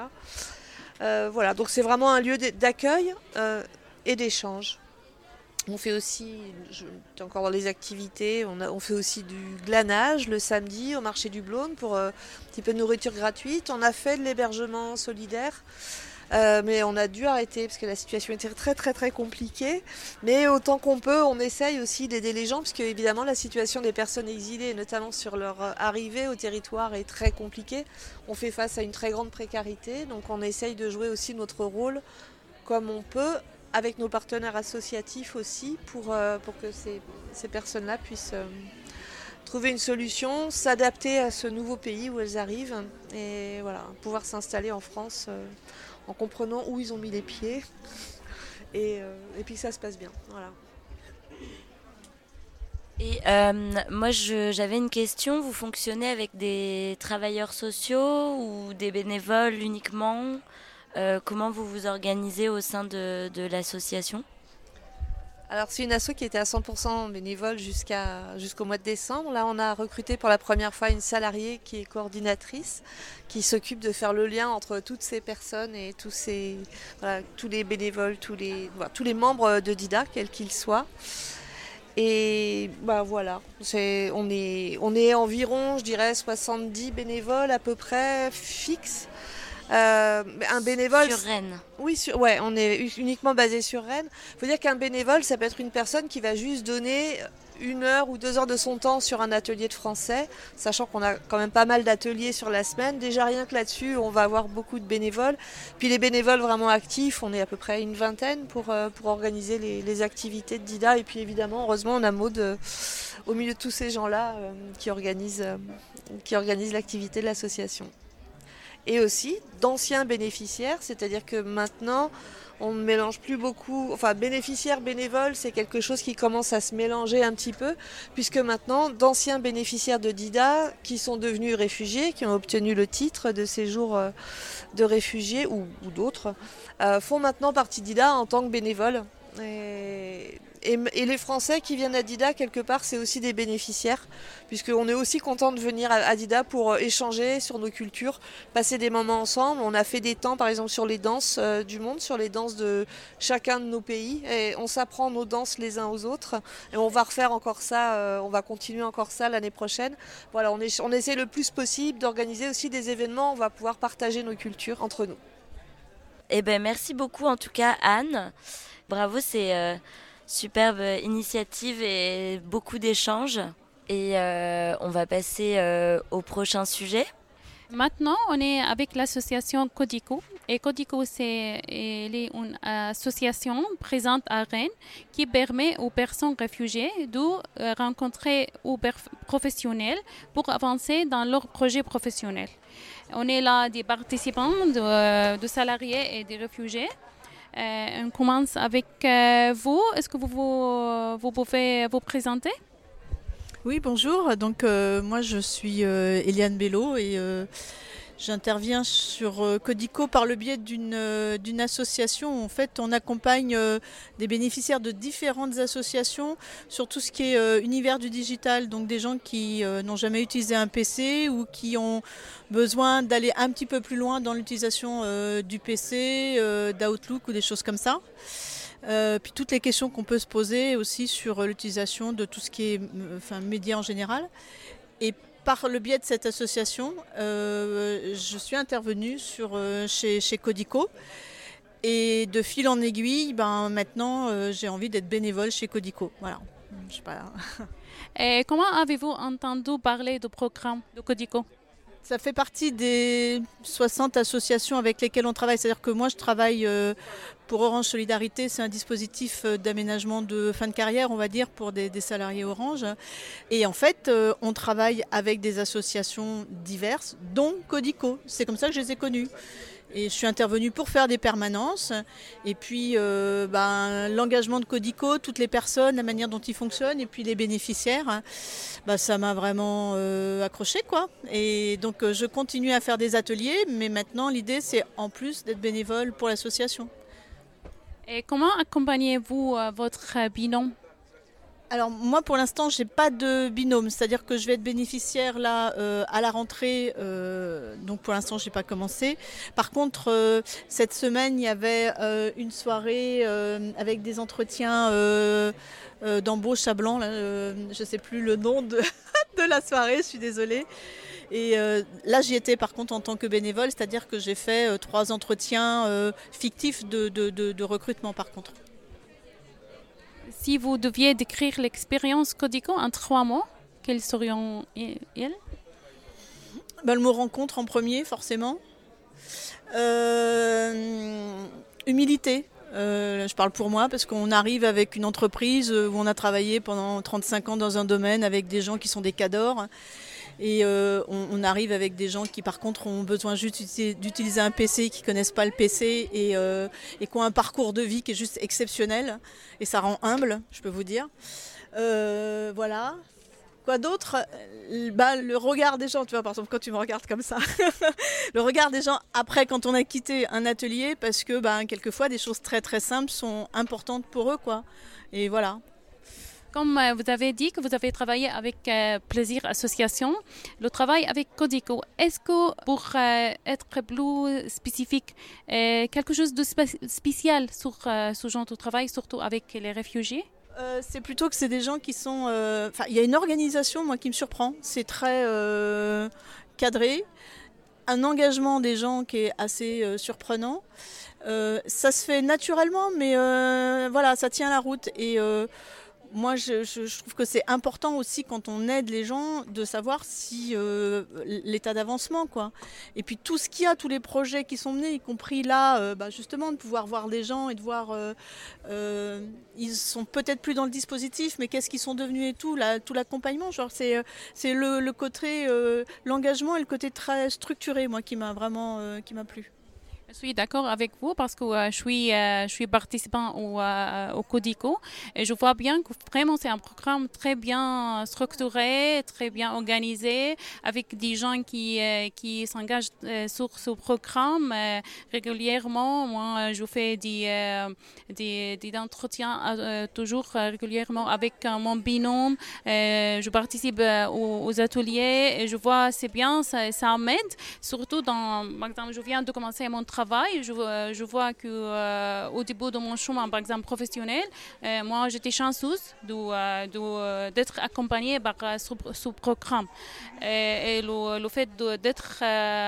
S9: Voilà, donc c'est vraiment un lieu d'accueil et d'échange. On fait aussi, encore dans les activités, on fait aussi du glanage le samedi au marché du Blône pour un petit peu de nourriture gratuite. On a fait de l'hébergement solidaire, mais on a dû arrêter parce que la situation était très très très compliquée. Mais autant qu'on peut, on essaye aussi d'aider les gens parce que évidemment la situation des personnes exilées, notamment sur leur arrivée au territoire, est très compliquée. On fait face à une très grande précarité, donc on essaye de jouer aussi notre rôle comme on peut, avec nos partenaires associatifs aussi, pour que ces personnes-là puissent trouver une solution, s'adapter à ce nouveau pays où elles arrivent et voilà, pouvoir s'installer en France en comprenant où ils ont mis les pieds et puis que ça se passe bien. Voilà.
S3: Et moi, j'avais une question. Vous fonctionnez avec des travailleurs sociaux ou des bénévoles uniquement ? Comment vous vous organisez au sein de l'association ?
S9: Alors c'est une asso qui était à 100% bénévole jusqu'au mois de décembre. Là on a recruté pour la première fois une salariée qui est coordinatrice, qui s'occupe de faire le lien entre toutes ces personnes et tous les bénévoles, tous les membres de DIDA, quels qu'ils soient. Et voilà, on est environ, je dirais, 70 bénévoles à peu près fixes. Un bénévole
S3: sur Rennes.
S9: Oui, on est uniquement basé sur Rennes. Il faut dire qu'un bénévole, ça peut être une personne qui va juste donner 1 heure ou 2 heures de son temps sur un atelier de français, sachant qu'on a quand même pas mal d'ateliers sur la semaine. Déjà rien que là-dessus, on va avoir beaucoup de bénévoles. Puis les bénévoles vraiment actifs, on est à peu près une vingtaine pour organiser les activités de DIDA. Et puis évidemment, heureusement, on a Maud au milieu de tous ces gens-là qui organisent l'activité de l'association. Et aussi d'anciens bénéficiaires, c'est-à-dire que maintenant on ne mélange plus beaucoup, enfin bénéficiaires, bénévoles, c'est quelque chose qui commence à se mélanger un petit peu, puisque maintenant d'anciens bénéficiaires de DIDA qui sont devenus réfugiés, qui ont obtenu le titre de séjour de réfugiés ou d'autres, font maintenant partie de DIDA en tant que bénévoles. Et les Français qui viennent à Dida, quelque part, c'est aussi des bénéficiaires, puisqu'on est aussi content de venir à Dida pour échanger sur nos cultures, passer des moments ensemble. On a fait des temps, par exemple, sur les danses du monde, sur les danses de chacun de nos pays, et on s'apprend nos danses les uns aux autres, et on va refaire encore ça, on va continuer encore ça l'année prochaine. Voilà, on essaie le plus possible d'organiser aussi des événements où on va pouvoir partager nos cultures entre nous.
S3: Eh ben, merci beaucoup en tout cas Anne. Bravo, c'est superbe initiative et beaucoup d'échanges. Et on va passer au prochain sujet.
S1: Maintenant, on est avec l'association Codico. Et Codico, c'est une association présente à Rennes qui permet aux personnes réfugiées de rencontrer des professionnels pour avancer dans leur projet professionnel. On est là des participants, de salariés et des réfugiés. On commence avec vous. Est-ce que vous pouvez vous présenter ?
S10: Oui, bonjour. Donc, moi, je suis Eliane Bello et j'interviens sur Codico par le biais d'une association. En fait, on accompagne des bénéficiaires de différentes associations sur tout ce qui est univers du digital. Donc, des gens qui n'ont jamais utilisé un PC ou qui ont besoin d'aller un petit peu plus loin dans l'utilisation du PC, d'Outlook ou des choses comme ça. Puis toutes les questions qu'on peut se poser aussi sur l'utilisation de tout ce qui est médias en général. Et par le biais de cette association, je suis intervenue chez Codico. Et de fil en aiguille, maintenant, j'ai envie d'être bénévole chez Codico. Voilà. Je sais pas.
S1: Et comment avez-vous entendu parler du programme de Codico ?
S10: Ça fait partie des 60 associations avec lesquelles on travaille. C'est-à-dire que moi, je travaille pour Orange Solidarité. C'est un dispositif d'aménagement de fin de carrière, on va dire, pour des salariés Orange. Et en fait, on travaille avec des associations diverses, dont Codico. C'est comme ça que je les ai connues. Et je suis intervenue pour faire des permanences. Et puis, l'engagement de Codico, toutes les personnes, la manière dont ils fonctionnent, et puis les bénéficiaires, ça m'a vraiment accroché, quoi. Et donc, je continue à faire des ateliers, mais maintenant, l'idée, c'est en plus d'être bénévole pour l'association.
S1: Et comment accompagnez-vous votre binôme ?
S10: Alors moi pour l'instant j'ai pas de binôme, c'est-à-dire que je vais être bénéficiaire là à la rentrée, donc pour l'instant j'ai pas commencé. Par contre cette semaine il y avait une soirée avec des entretiens d'embauche à Blanc, là, je sais plus le nom de la soirée, je suis désolée. Et là j'y étais par contre en tant que bénévole, c'est-à-dire que j'ai fait 3 entretiens fictifs de recrutement par contre.
S1: Si vous deviez décrire l'expérience Codico en 3 mots, quels serions-ils ?
S10: Le mot rencontre en premier, forcément. Humilité. Je parle pour moi parce qu'on arrive avec une entreprise où on a travaillé pendant 35 ans dans un domaine avec des gens qui sont des cadors. Et on arrive avec des gens qui par contre ont besoin juste d'utiliser un PC, qui ne connaissent pas le PC et qui ont un parcours de vie qui est juste exceptionnel. Et ça rend humble, je peux vous dire. Voilà. Quoi d'autre ? Le regard des gens, tu vois, par exemple, quand tu me regardes comme ça. Le regard des gens après, quand on a quitté un atelier, parce que quelquefois, des choses très très simples sont importantes pour eux, quoi. Et voilà.
S1: Comme vous avez dit que vous avez travaillé avec Plaisir Association, le travail avec Codico, est-ce que pour être plus spécifique, quelque chose de spécial sur ce genre de travail, surtout avec les réfugiés ?
S10: C'est plutôt que c'est des gens qui sont... il y a une organisation, moi, qui me surprend. C'est très cadré. Un engagement des gens qui est assez surprenant. Ça se fait naturellement, mais voilà, ça tient la route. Et moi, je trouve que c'est important aussi quand on aide les gens de savoir si l'état d'avancement, quoi. Et puis tout ce qu'il y a, tous les projets qui sont menés, y compris là, justement de pouvoir voir les gens et de voir, ils sont peut-être plus dans le dispositif, mais qu'est-ce qu'ils sont devenus et tout l'accompagnement, genre c'est le côté l'engagement et le côté très structuré, moi, qui m'a vraiment qui m'a plu.
S1: Je suis d'accord avec vous parce que je suis participant au Codico et je vois bien que vraiment c'est un programme très bien structuré, très bien organisé, avec des gens qui s'engagent sur ce programme régulièrement. Moi, je fais des entretiens toujours régulièrement avec mon binôme. Je participe aux ateliers et je vois c'est bien, ça m'aide, surtout par exemple, je viens de commencer mon travail, je vois que au début de mon chemin, par exemple professionnel, moi j'étais chanceuse d'être accompagnée par ce programme. Et le fait d'être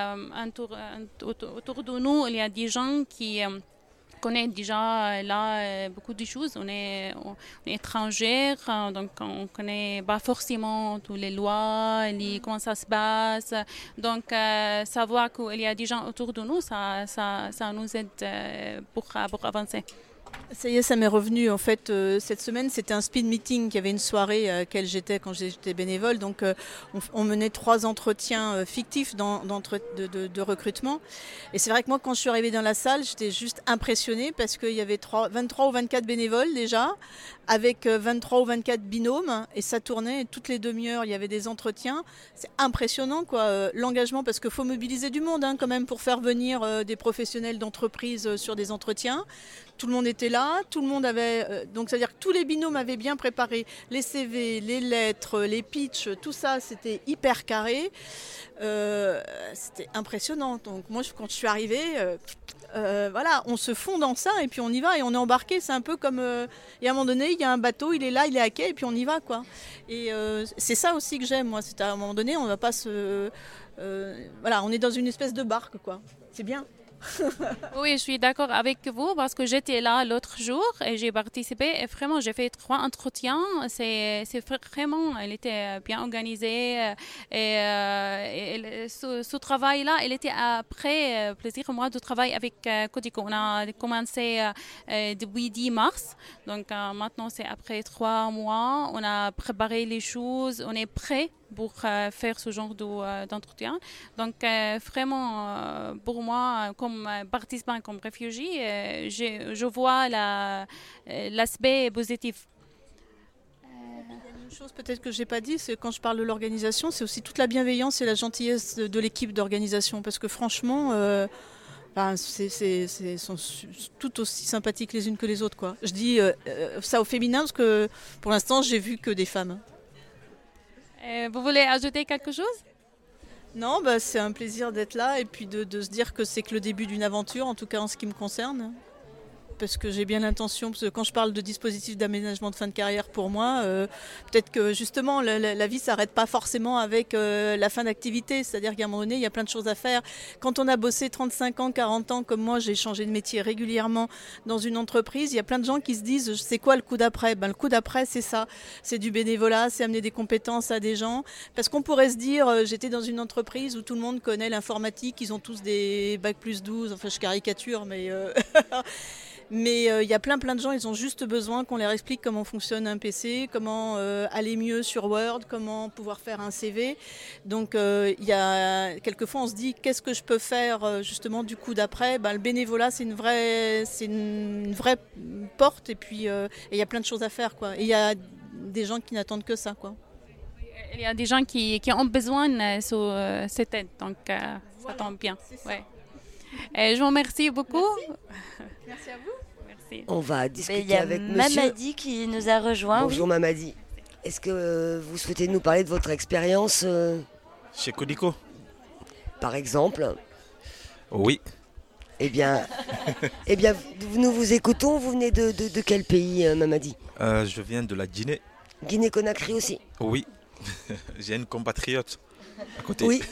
S1: autour de nous, il y a des gens qui connaissent déjà là beaucoup de choses. On est étrangers, donc on ne connaît pas forcément toutes les lois, comment ça se passe. Donc savoir qu'il y a des gens autour de nous, ça nous aide pour avancer.
S10: Ça y est, ça m'est revenu en fait cette semaine. C'était un speed meeting, il y avait une soirée à laquelle j'étais quand j'étais bénévole. Donc on menait 3 entretiens fictifs de recrutement. Et c'est vrai que moi quand je suis arrivée dans la salle, j'étais juste impressionnée parce qu'il y avait 23 ou 24 bénévoles déjà, avec 23 ou 24 binômes, et ça tournait toutes les demi-heures, il y avait des entretiens. C'est impressionnant quoi, l'engagement, parce qu'il faut mobiliser du monde quand même pour faire venir des professionnels d'entreprise sur des entretiens. Tout le monde était là, tout le monde avait... donc c'est-à-dire que tous les binômes avaient bien préparé les CV, les lettres, les pitchs, tout ça, c'était hyper carré. C'était impressionnant. Donc moi, quand je suis arrivée, voilà, on se fond dans ça et puis on y va et on est embarqué. C'est un peu comme... et à un moment donné, il y a un bateau, il est là, il est à quai et puis on y va, quoi. Et c'est ça aussi que j'aime, moi. C'est à un moment donné, on ne va pas se... voilà, on est dans une espèce de barque, quoi. C'est bien.
S1: Oui, je suis d'accord avec vous parce que j'étais là l'autre jour et j'ai participé et vraiment j'ai fait 3 entretiens. C'est vraiment, elle était bien organisée et ce travail-là, il était après plaisir pour moi de travailler avec Codico. On a commencé depuis 10 mars, donc maintenant c'est après 3 mois. On a préparé les choses, on est prêt pour faire ce genre d'entretien. Donc vraiment, pour moi, comme participant, comme réfugié, je vois l'aspect positif.
S10: Une chose peut-être que je n'ai pas dit, c'est quand je parle de l'organisation, c'est aussi toute la bienveillance et la gentillesse de l'équipe d'organisation. Parce que franchement... sont toutes aussi sympathiques les unes que les autres, quoi. Je dis ça au féminin parce que pour l'instant, j'ai vu que des femmes.
S1: Vous voulez ajouter quelque chose ?
S10: Non, c'est un plaisir d'être là et puis de se dire que c'est que le début d'une aventure, en tout cas en ce qui me concerne. Parce que j'ai bien l'intention, parce que quand je parle de dispositif d'aménagement de fin de carrière pour moi, peut-être que justement la vie ne s'arrête pas forcément avec la fin d'activité, c'est-à-dire qu'à un moment donné, il y a plein de choses à faire. Quand on a bossé 35 ans, 40 ans, comme moi, j'ai changé de métier régulièrement dans une entreprise, il y a plein de gens qui se disent, c'est quoi le coup d'après ? Le coup d'après, c'est ça, c'est du bénévolat, c'est amener des compétences à des gens. Parce qu'on pourrait se dire, j'étais dans une entreprise où tout le monde connaît l'informatique, ils ont tous des bac+12, enfin je caricature, mais... Mais il y a plein de gens, ils ont juste besoin qu'on leur explique comment fonctionne un PC, comment aller mieux sur Word, comment pouvoir faire un CV. Donc il y a quelquefois on se dit qu'est-ce que je peux faire justement du coup d'après. Le bénévolat c'est une vraie porte et puis il y a plein de choses à faire, quoi. Et il y a des gens qui n'attendent que ça, quoi.
S1: Il y a des gens qui ont besoin de cette aide, donc voilà, ça tombe bien. Ouais. Je vous remercie beaucoup.
S10: Merci à vous.
S1: Merci.
S2: On va discuter avec monsieur.
S3: Mamadi qui nous a rejoint.
S2: Bonjour Mamadi. Est-ce que vous souhaitez nous parler de votre expérience
S7: Chez Codico ?
S2: Par exemple ?
S7: Oui.
S2: Eh bien, nous vous écoutons. Vous venez de quel pays, Mamadi ?
S11: Je viens de la Guinée.
S2: Guinée-Conakry aussi ?
S11: Oui. J'ai une compatriote à côté.
S2: Oui.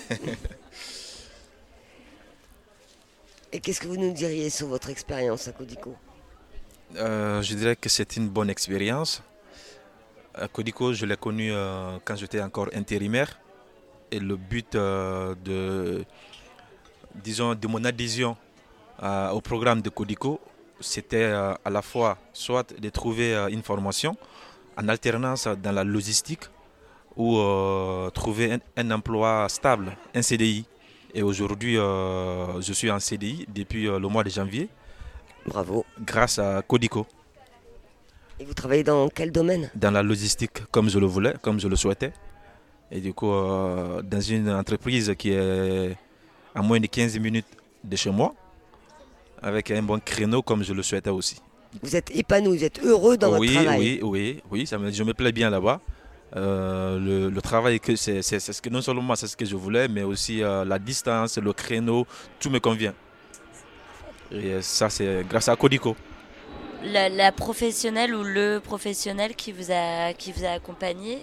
S2: Et qu'est-ce que vous nous diriez sur votre expérience à Codico ?
S11: Je dirais que c'est une bonne expérience. À Codico, je l'ai connu quand j'étais encore intérimaire. Et le but de mon adhésion au programme de Codico, c'était à la fois soit de trouver une formation en alternance dans la logistique ou trouver un emploi stable, un CDI. Et aujourd'hui, je suis en CDI depuis le mois de janvier.
S2: Bravo.
S11: Grâce à Codico.
S2: Et vous travaillez dans quel domaine?
S11: Dans la logistique, comme je le voulais, comme je le souhaitais. Et du coup, dans une entreprise qui est à moins de 15 minutes de chez moi, avec un bon créneau comme je le souhaitais aussi.
S2: Vous êtes épanoui, vous êtes heureux dans votre travail?
S11: Oui, je me plais bien là-bas. Le travail, c'est ce que non seulement c'est ce que je voulais, mais aussi la distance, le créneau, tout me convient. Et ça, c'est grâce à Codico.
S3: La professionnelle ou le professionnel qui vous a accompagné,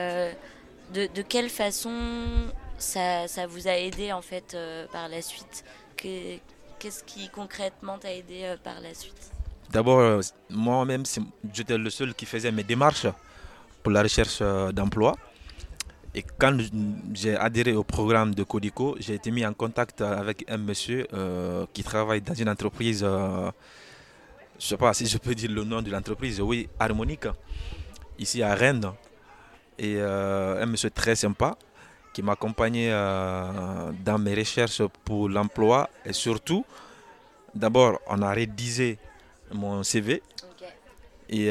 S3: de quelle façon ça vous a aidé en fait par la suite? Qu'est-ce qui concrètement t'a aidé par la suite?
S11: D'abord, moi-même, j'étais le seul qui faisait mes démarches pour la recherche d'emploi. Et quand j'ai adhéré au programme de Codico, j'ai été mis en contact avec un monsieur qui travaille dans une entreprise, je ne sais pas si je peux dire le nom de l'entreprise, oui, Harmonique, ici à Rennes. Et un monsieur très sympa qui m'accompagnait dans mes recherches pour l'emploi. Et surtout, d'abord, on a rédigé mon CV. Okay. Et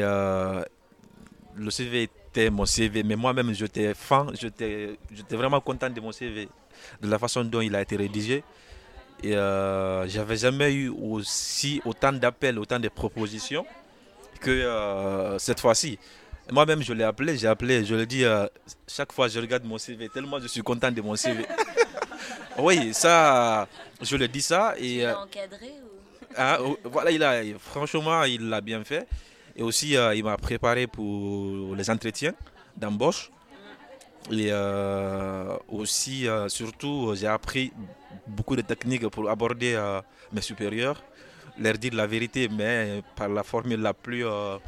S11: le CV était mon CV, mais moi-même j'étais fan, j'étais vraiment content de mon CV, de la façon dont il a été rédigé. Et j'avais jamais eu autant d'appels, autant de propositions que cette fois-ci. Moi-même je l'ai appelé, je le dis chaque fois je regarde mon CV, tellement je suis content de mon CV. Oui, ça, je le dis ça. Et,
S3: tu l'as encadré ou...
S11: Voilà, franchement, il l'a bien fait. Et aussi, il m'a préparé pour les entretiens d'embauche. Et aussi, surtout, j'ai appris beaucoup de techniques pour aborder mes supérieurs, leur dire la vérité, mais par la formule la plus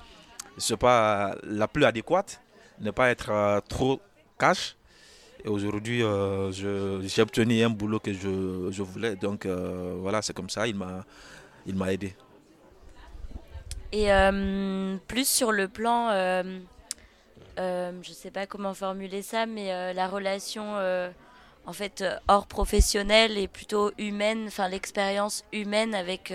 S11: adéquate, ne pas être trop cash. Et aujourd'hui, j'ai obtenu un boulot que je voulais. Donc voilà, c'est comme ça, il m'a aidé.
S3: Et plus sur le plan, je ne sais pas comment formuler ça, mais la relation en fait hors professionnelle et plutôt humaine, enfin l'expérience humaine avec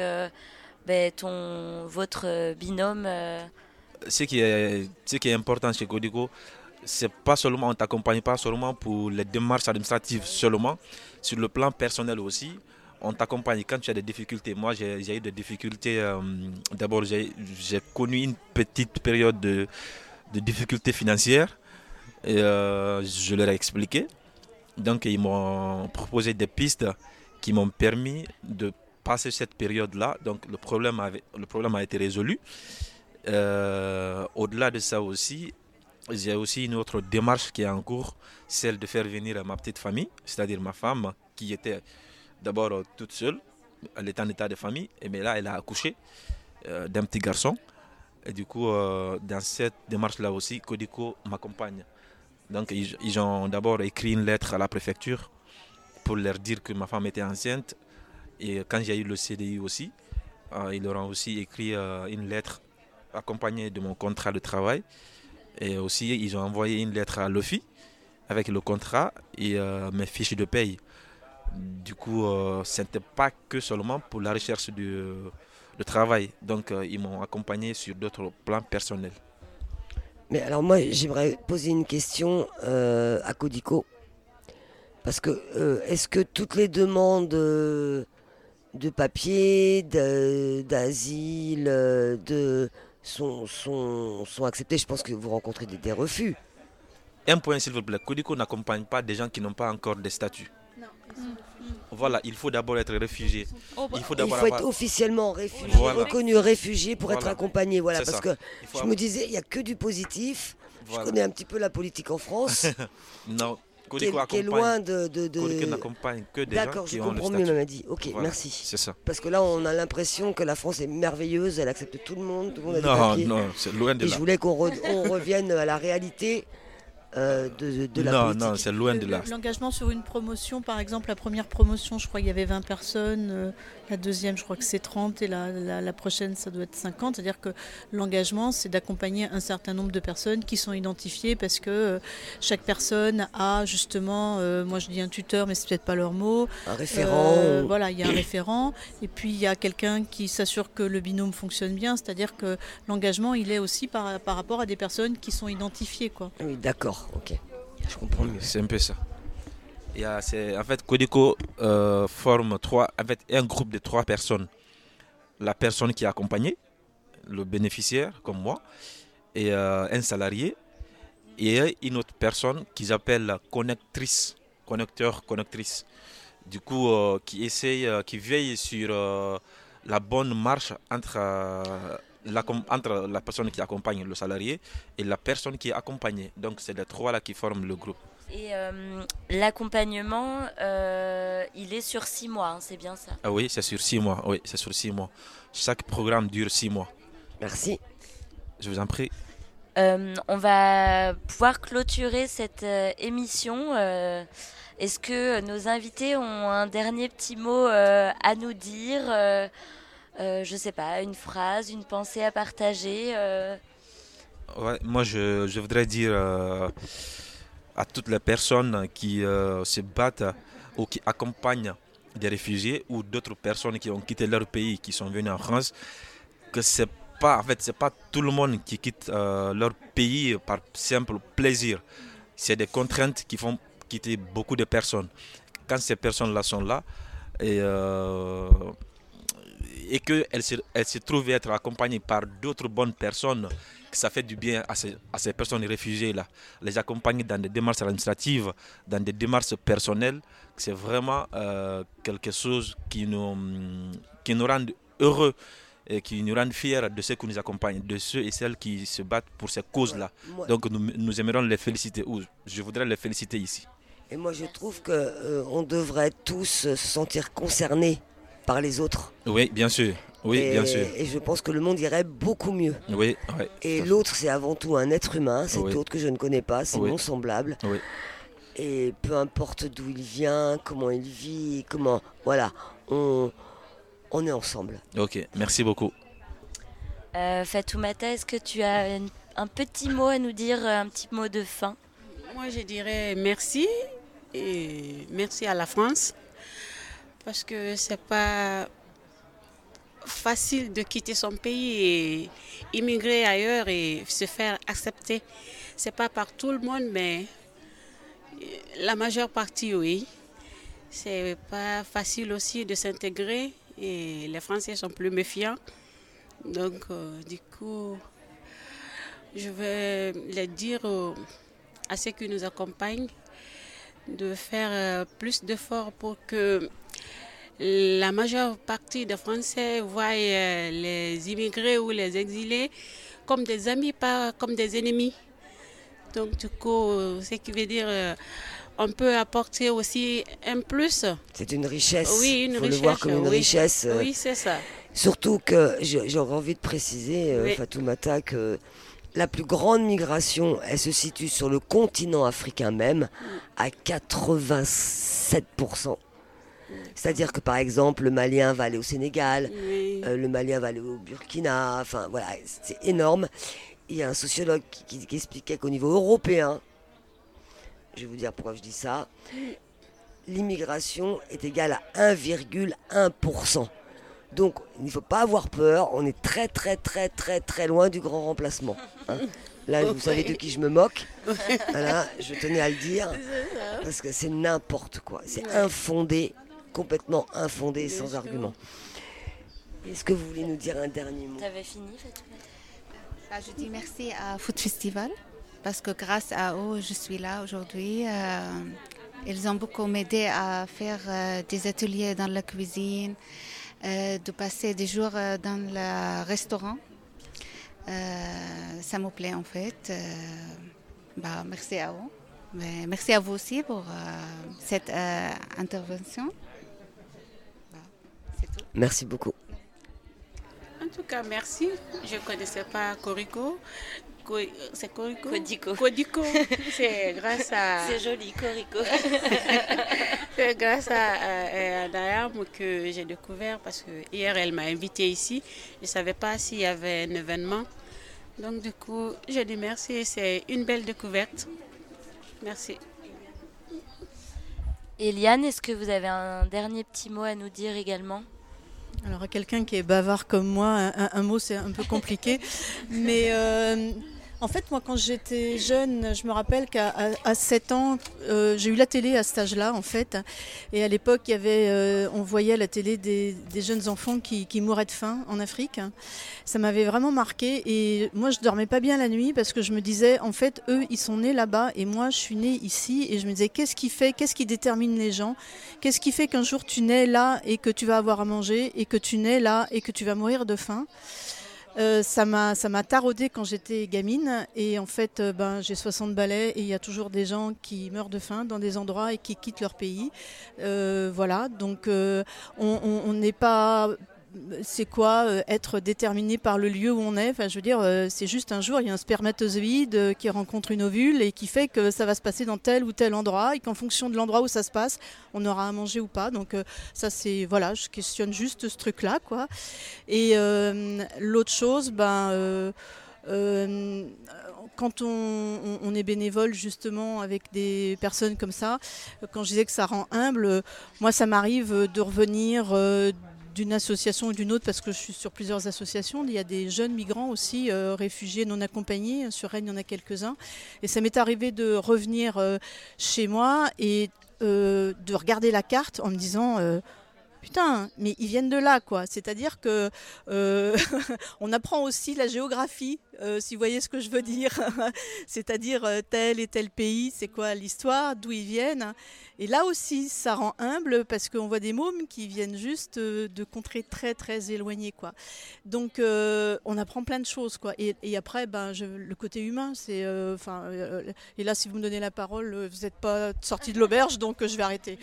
S3: votre binôme.
S11: Ce qui est important chez Codico, c'est pas seulement, on t'accompagne pas seulement pour les démarches administratives seulement, sur le plan personnel aussi. On t'accompagne quand tu as des difficultés. Moi, j'ai eu des difficultés. D'abord, j'ai connu une petite période de difficultés financières. Et, je leur ai expliqué. Donc, ils m'ont proposé des pistes qui m'ont permis de passer cette période-là. Donc, le problème a été résolu. Au-delà de ça aussi, j'ai aussi une autre démarche qui est en cours, celle de faire venir ma petite famille, c'est-à-dire ma femme qui était d'abord toute seule, elle était en état de famille, mais là elle a accouché d'un petit garçon. Et du coup, dans cette démarche-là aussi, Codico m'accompagne. Donc ils ont d'abord écrit une lettre à la préfecture pour leur dire que ma femme était enceinte. Et quand j'ai eu le CDI aussi, ils leur ont aussi écrit une lettre accompagnée de mon contrat de travail. Et aussi, ils ont envoyé une lettre à l'OFI avec le contrat et mes fiches de paye. Du coup, ce n'était pas que seulement pour la recherche de travail. Donc, ils m'ont accompagné sur d'autres plans personnels.
S2: Mais alors moi, j'aimerais poser une question à Codico. Parce que, est-ce que toutes les demandes de papier, d'asile, sont acceptées? Je pense que vous rencontrez des refus.
S11: Un point, s'il vous plaît. Codico n'accompagne pas des gens qui n'ont pas encore de statut.
S10: Non.
S11: Voilà, il faut d'abord être réfugié.
S2: Il faut être officiellement réfugié, reconnu réfugié pour être accompagné. Voilà, parce que je me disais, il n'y a que du positif. Voilà. Je connais un petit peu la politique en France.
S11: Non,
S2: qui est loin de...
S11: Codico n'accompagne que des gens qui ont le statut. D'accord, je comprends mieux,
S2: Mamadi. Ok, voilà, merci.
S11: C'est ça.
S2: Parce que là, on a l'impression que la France est merveilleuse, elle accepte tout le monde a des papiers.
S11: Non, c'est loin de là.
S2: Et je voulais qu'on revienne à la réalité de la
S11: Non,
S2: politique.
S11: non, c'est loin de là.
S10: L'engagement sur une promotion, par exemple, la première promotion, je crois qu'il y avait 20 personnes. La deuxième, je crois que c'est 30. Et la prochaine, ça doit être 50. C'est-à-dire que l'engagement, c'est d'accompagner un certain nombre de personnes qui sont identifiées parce que chaque personne a justement, moi je dis un tuteur, mais c'est peut-être pas leur mot.
S2: Un référent.
S10: Voilà, il y a un référent. Et puis, il y a quelqu'un qui s'assure que le binôme fonctionne bien. C'est-à-dire que l'engagement, il est aussi par rapport à des personnes qui sont identifiées, quoi.
S2: Oui, d'accord, ok. Je comprends mieux.
S11: C'est un peu ça. En fait, Codeco forme un groupe de 3 personnes. La personne qui est accompagnée, le bénéficiaire comme moi, et un salarié, et une autre personne qu'ils appellent connectrice, connectrice. Du coup, qui veille sur la bonne marche entre la personne qui accompagne le salarié et la personne qui est accompagnée. Donc, c'est les 3 là qui forment le groupe.
S3: Et l'accompagnement, il est sur 6 mois, hein, c'est bien ça?
S11: Ah oui, c'est sur 6 mois. Oui, c'est sur 6 mois. Chaque programme dure 6 mois.
S2: Merci.
S11: Je vous en prie.
S3: On va pouvoir clôturer cette émission. Est-ce que nos invités ont un dernier petit mot à nous dire? Je sais pas, une phrase, une pensée à partager.
S11: Ouais, moi, je voudrais dire à toutes les personnes qui se battent ou qui accompagnent des réfugiés ou d'autres personnes qui ont quitté leur pays, qui sont venues en France, que c'est pas tout le monde qui quitte leur pays par simple plaisir. C'est des contraintes qui font quitter beaucoup de personnes. Quand ces personnes-là sont là et qu'elles se trouvent être accompagnées par d'autres bonnes personnes, que ça fait du bien à ces personnes réfugiées-là. Les accompagner dans des démarches administratives, dans des démarches personnelles, c'est vraiment quelque chose qui nous rend heureux et qui nous rend fiers de ceux qui nous accompagnent, de ceux et celles qui se battent pour ces causes-là. Donc nous aimerions les féliciter, ou je voudrais les féliciter ici.
S2: Et moi je trouve qu'on devrait tous se sentir concernés par les autres.
S11: Oui, bien sûr. Oui, bien sûr.
S2: Et je pense que le monde irait beaucoup mieux.
S11: Oui, oui.
S2: Et l'autre, c'est avant tout un être humain, cet autre que je ne connais pas, c'est mon semblable.
S11: Oui.
S2: Et peu importe d'où il vient, comment il vit, voilà, on est ensemble.
S11: Ok, merci beaucoup.
S3: Fatoumata, est-ce que tu as un petit mot à nous dire, un petit mot de fin?
S8: Moi, je dirais merci et merci à la France parce que c'est pas facile de quitter son pays et immigrer ailleurs et se faire accepter. C'est pas par tout le monde, mais la majeure partie, oui. C'est pas facile aussi de s'intégrer et les Français sont plus méfiants. Donc, du coup, je vais les dire à ceux qui nous accompagnent de faire plus d'efforts pour que la majeure partie des Français voient les immigrés ou les exilés comme des amis, pas comme des ennemis. Donc, du coup, ce qui veut dire on peut apporter aussi un plus.
S2: C'est une richesse.
S8: Oui, une richesse.
S2: Il faut le voir comme une richesse.
S8: Oui, c'est ça.
S2: Surtout que j'aurais envie de préciser, Fatoumata, que la plus grande migration, elle se situe sur le continent africain même, à 87%. C'est-à-dire que par exemple, le Malien va aller au Sénégal, le Malien va aller au Burkina, enfin voilà, c'est énorme. Il y a un sociologue qui expliquait qu'au niveau européen, je vais vous dire pourquoi je dis ça, l'immigration est égale à 1,1%. Donc il ne faut pas avoir peur, on est très très très très très loin du grand remplacement. Hein. Là, vous savez de qui je me moque. Voilà, je tenais à le dire, parce que c'est n'importe quoi, c'est infondé. Complètement infondé, sans argument. Est-ce que vous voulez nous dire un dernier mot?
S3: Tu avais fini, Fatoumata?
S6: Je dis merci à Food Festival parce que grâce à eux, je suis là aujourd'hui. Ils ont beaucoup m'aidé à faire des ateliers dans la cuisine, de passer des jours dans le restaurant. Ça me plaît en fait. Merci à eux. Mais merci à vous aussi pour cette intervention.
S2: Merci beaucoup.
S8: En tout cas, merci. Je ne connaissais pas Corico. c'est Corico.
S3: Codico.
S8: Codico. C'est grâce à...
S3: C'est joli, Corico.
S8: C'est grâce à Dayam que j'ai découvert, parce que hier elle m'a invitée ici. Je ne savais pas s'il y avait un événement. Donc du coup, je dis merci. C'est une belle découverte. Merci.
S3: Eliane, est-ce que vous avez un dernier petit mot à nous dire également ?
S10: Alors, à quelqu'un qui est bavard comme moi, un mot c'est un peu compliqué. Mais en fait, moi, quand j'étais jeune, je me rappelle qu'à 7 ans, j'ai eu la télé à cet âge-là, en fait. Et à l'époque, il y avait, on voyait à la télé des jeunes enfants qui mouraient de faim en Afrique. Ça m'avait vraiment marqué. Et moi, je dormais pas bien la nuit parce que je me disais, en fait, eux, ils sont nés là-bas et moi, je suis née ici. Et je me disais, qu'est-ce qui détermine les gens ? Qu'est-ce qui fait qu'un jour, tu nais là et que tu vas avoir à manger et que tu nais là et que tu vas mourir de faim ? Ça m'a taraudée quand j'étais gamine et en fait j'ai 60 balais et il y a toujours des gens qui meurent de faim dans des endroits et qui quittent leur pays. Voilà, donc on n'est pas... C'est quoi être déterminé par le lieu où on est ? Enfin, je veux dire, c'est juste un jour, il y a un spermatozoïde qui rencontre une ovule et qui fait que ça va se passer dans tel ou tel endroit et qu'en fonction de l'endroit où ça se passe, on aura à manger ou pas. Donc ça, c'est... Voilà, je questionne juste ce truc-là, quoi. Et l'autre chose, quand on est bénévole justement avec des personnes comme ça, quand je disais que ça rend humble, moi ça m'arrive de revenir d'une association ou d'une autre, parce que je suis sur plusieurs associations. Il y a des jeunes migrants aussi, réfugiés non accompagnés. Sur Rennes, il y en a quelques-uns. Et ça m'est arrivé de revenir chez moi et de regarder la carte en me disant... Putain, mais ils viennent de là, quoi. C'est-à-dire que on apprend aussi la géographie, si vous voyez ce que je veux dire. C'est-à-dire tel et tel pays, c'est quoi l'histoire, d'où ils viennent. Et là aussi, ça rend humble parce qu'on voit des mômes qui viennent juste de contrées très très éloignées, quoi. Donc on apprend plein de choses, quoi. Et après, le côté humain, c'est, et là, si vous me donnez la parole, vous n'êtes pas sorti de l'auberge, donc je vais arrêter.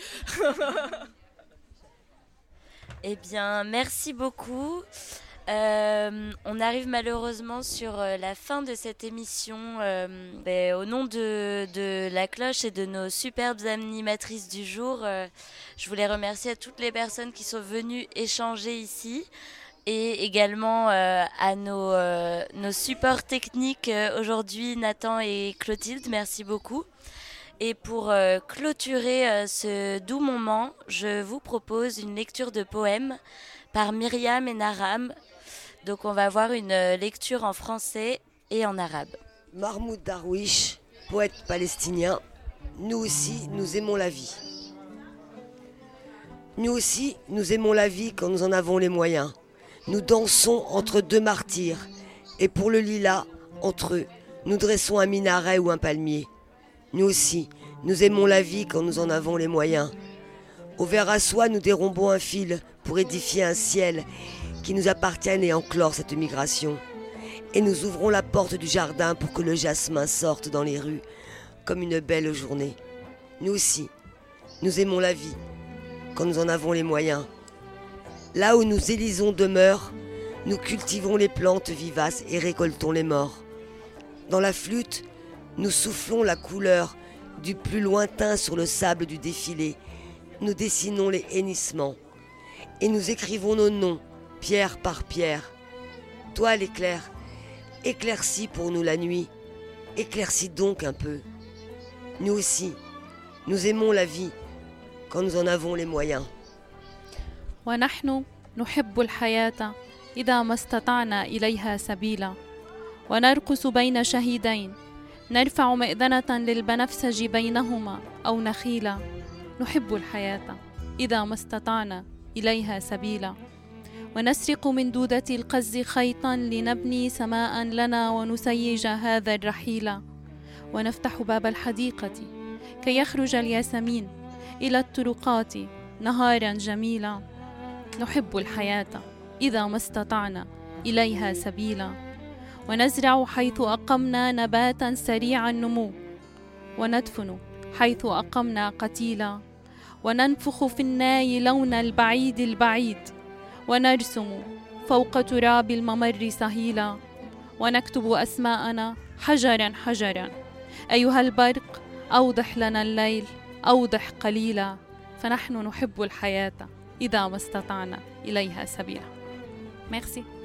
S3: Eh bien, merci beaucoup. On arrive malheureusement sur la fin de cette émission. Au nom de la cloche et de nos superbes animatrices du jour, je voulais remercier à toutes les personnes qui sont venues échanger ici et également à nos supports techniques aujourd'hui, Nathan et Clotilde. Merci beaucoup. Et pour clôturer ce doux moment, je vous propose une lecture de poèmes par Myriam et Naram. Donc on va avoir une lecture en français et en arabe.
S2: Mahmoud Darwish, poète palestinien. Nous aussi, nous aimons la vie. Nous aussi, nous aimons la vie quand nous en avons les moyens. Nous dansons entre deux martyrs. Et pour le lilas, entre eux, nous dressons un minaret ou un palmier. Nous aussi, nous aimons la vie quand nous en avons les moyens. Au ver à soie, nous dérombons un fil pour édifier un ciel qui nous appartienne et enclore cette migration. Et nous ouvrons la porte du jardin pour que le jasmin sorte dans les rues comme une belle journée. Nous aussi, nous aimons la vie quand nous en avons les moyens. Là où nous élisons demeure, nous cultivons les plantes vivaces et récoltons les morts. Dans la flûte, nous soufflons la couleur du plus lointain sur le sable du défilé. Nous dessinons les hennissements et nous écrivons nos noms, pierre par pierre. Toi, l'éclair, éclaircis pour nous la nuit. Éclaircis donc un peu. Nous aussi, nous aimons la vie quand nous en avons les moyens.
S1: ونحن نحب الحياة إذا ما استطعنا إليها سبيلا ونرقص بين شهيدين نرفع مئذنة للبنفسج بينهما أو نخيلا نحب الحياة إذا ما استطعنا إليها سبيلا ونسرق من دودة القز خيطا لنبني سماء لنا ونسيج هذا الرحيل ونفتح باب الحديقة كي يخرج الياسمين إلى الطرقات نهارا جميلا نحب الحياة إذا ما استطعنا إليها سبيلا ونزرع حيث أقمنا نباتا سريع النمو وندفن حيث أقمنا قتيلا وننفخ في الناي لون البعيد البعيد ونرسم فوق تراب الممر سهيلا ونكتب أسماءنا حجرا حجرا أيها البرق أوضح لنا الليل أوضح قليلا فنحن نحب الحياة إذا ما استطعنا إليها سبيلا. Merci.